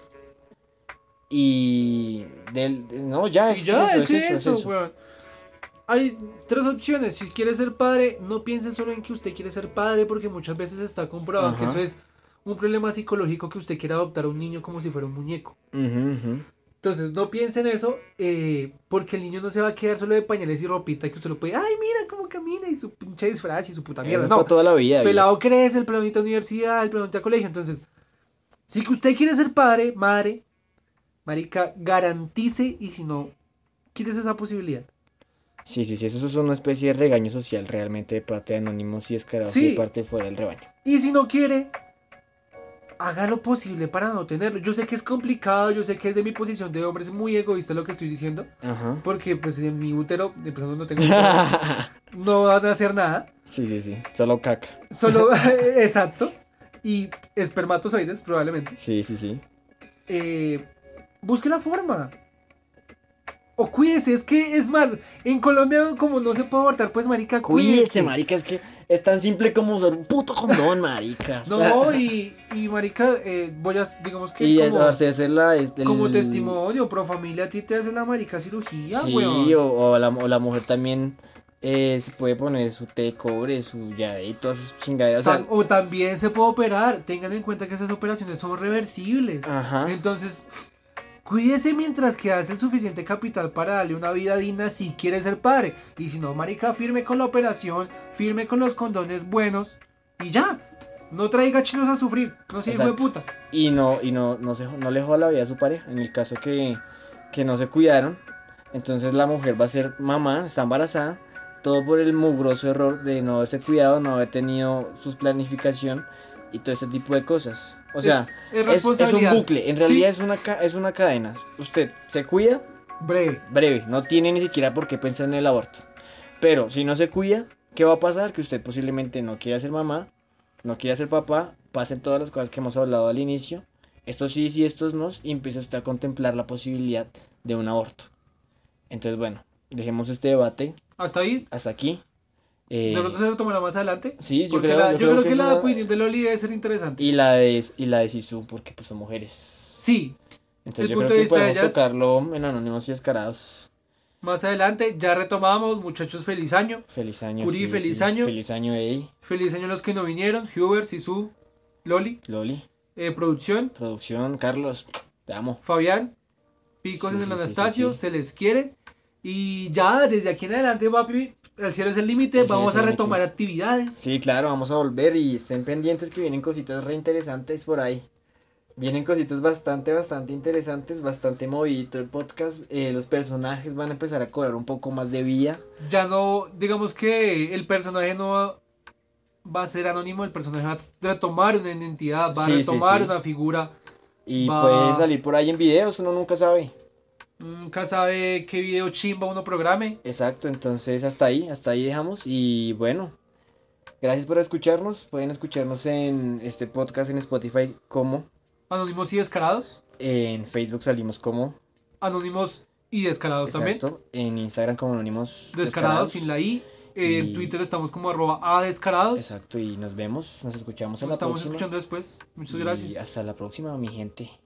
Y no, ya Y ya es eso, eso. weón. Hay 3 opciones. Si quiere ser padre, no piense solo en que usted quiere ser padre, porque muchas veces está comprobado Ajá. que eso es un problema psicológico, que usted quiera adoptar a un niño como si fuera un muñeco. Ujú. Entonces no piense en eso, porque el niño no se va a quedar solo de pañales y ropita que usted lo puede, ay, mira cómo camina y su pinche disfraz y su puta Eso mierda. es No, para toda la vida. el pelado crece, el pelado necesita universidad, el pelado necesita colegio. Entonces, si que usted quiere ser padre, madre, marica, garantice, y si no, quítese esa posibilidad. Sí, eso es una especie de regaño social realmente de parte de Anónimos y Escarados Sí. y de parte de fuera del rebaño. Y si no quiere, haga lo posible para no tenerlo. Yo sé que es complicado, yo sé que desde mi posición de hombre es muy egoísta lo que estoy diciendo, Ajá. porque pues en mi útero, empezando no tengo útero, no van a hacer nada. Sí, solo caca. Solo, exacto. Y espermatozoides, probablemente. Sí. Busque la forma. O cuídese, es que es más, en Colombia como no se puede abortar, pues marica, Cuídese, marica, es que es tan simple como usar un puto condón, marica. No, y marica, voy a, digamos que Y como, hacerla como testimonio, Profamilia a ti te hace la marica cirugía, Sí, weón. o la mujer también se puede poner su té de cobre, su llave y todas esas chingaderas. O también se puede operar. Tengan en cuenta que esas operaciones son reversibles. Ajá. Entonces, Cuídese mientras que hace el suficiente capital para darle una vida digna si quiere ser padre. Y si no, marica, firme con la operación, firme con los condones buenos y ya. No traiga chinos a sufrir, no sea hijo de puta. Y no le joda la vida a su pareja. En el caso que no se cuidaron, entonces la mujer va a ser mamá, está embarazada, todo por el mugroso error de no haberse cuidado, no haber tenido su planificación y todo este tipo de cosas. O sea, es un bucle, en realidad ¿sí? es una cadena. Usted se cuida, breve, no tiene ni siquiera por qué pensar en el aborto. Pero si no se cuida, ¿qué va a pasar? Que usted posiblemente no quiera ser mamá, no quiera ser papá, pasen todas las cosas que hemos hablado al inicio, estos sí y estos no, y empieza usted a contemplar la posibilidad de un aborto. Entonces, bueno, dejemos este debate. ¿Hasta ahí? Hasta aquí. ¿De pronto se lo tomará más adelante? Sí, yo creo que la opinión de Loli debe ser interesante. Y la de Sisu, porque pues son mujeres. Sí. Entonces yo creo que podemos tocarlo en Anónimos y Descarados. Más adelante, ya retomamos, muchachos, feliz año. Feliz año. Curi, sí, feliz sí. año. Feliz año, ey. Feliz año a los que no vinieron. Huber, Sisu, Loli. Producción, Carlos, te amo. Fabián, Picos en el Anastasio, se les quiere. Y ya, desde aquí en adelante, papi, el cielo es el límite, vamos a retomar actividades. Sí, claro, vamos a volver y estén pendientes que vienen cositas re interesantes por ahí. Vienen cositas bastante interesantes, bastante movidito el podcast. Los personajes van a empezar a cobrar un poco más de vida. Ya no, digamos que el personaje no va a ser anónimo, el personaje va a retomar una identidad, va a retomar una figura. Y puede salir por ahí en videos, uno nunca sabe. Nunca sabe qué video chimba uno programe. Exacto, entonces hasta ahí dejamos. Y bueno, gracias por escucharnos. Pueden escucharnos en este podcast en Spotify como Anónimos y Descarados. En Facebook salimos como Anónimos y Descarados. Exacto, también. En Instagram como Anónimos Descarados sin la I. En Twitter estamos como @adescarados. Exacto, y nos escuchamos en la próxima. Nos estamos escuchando después. Muchas gracias. Y hasta la próxima, mi gente.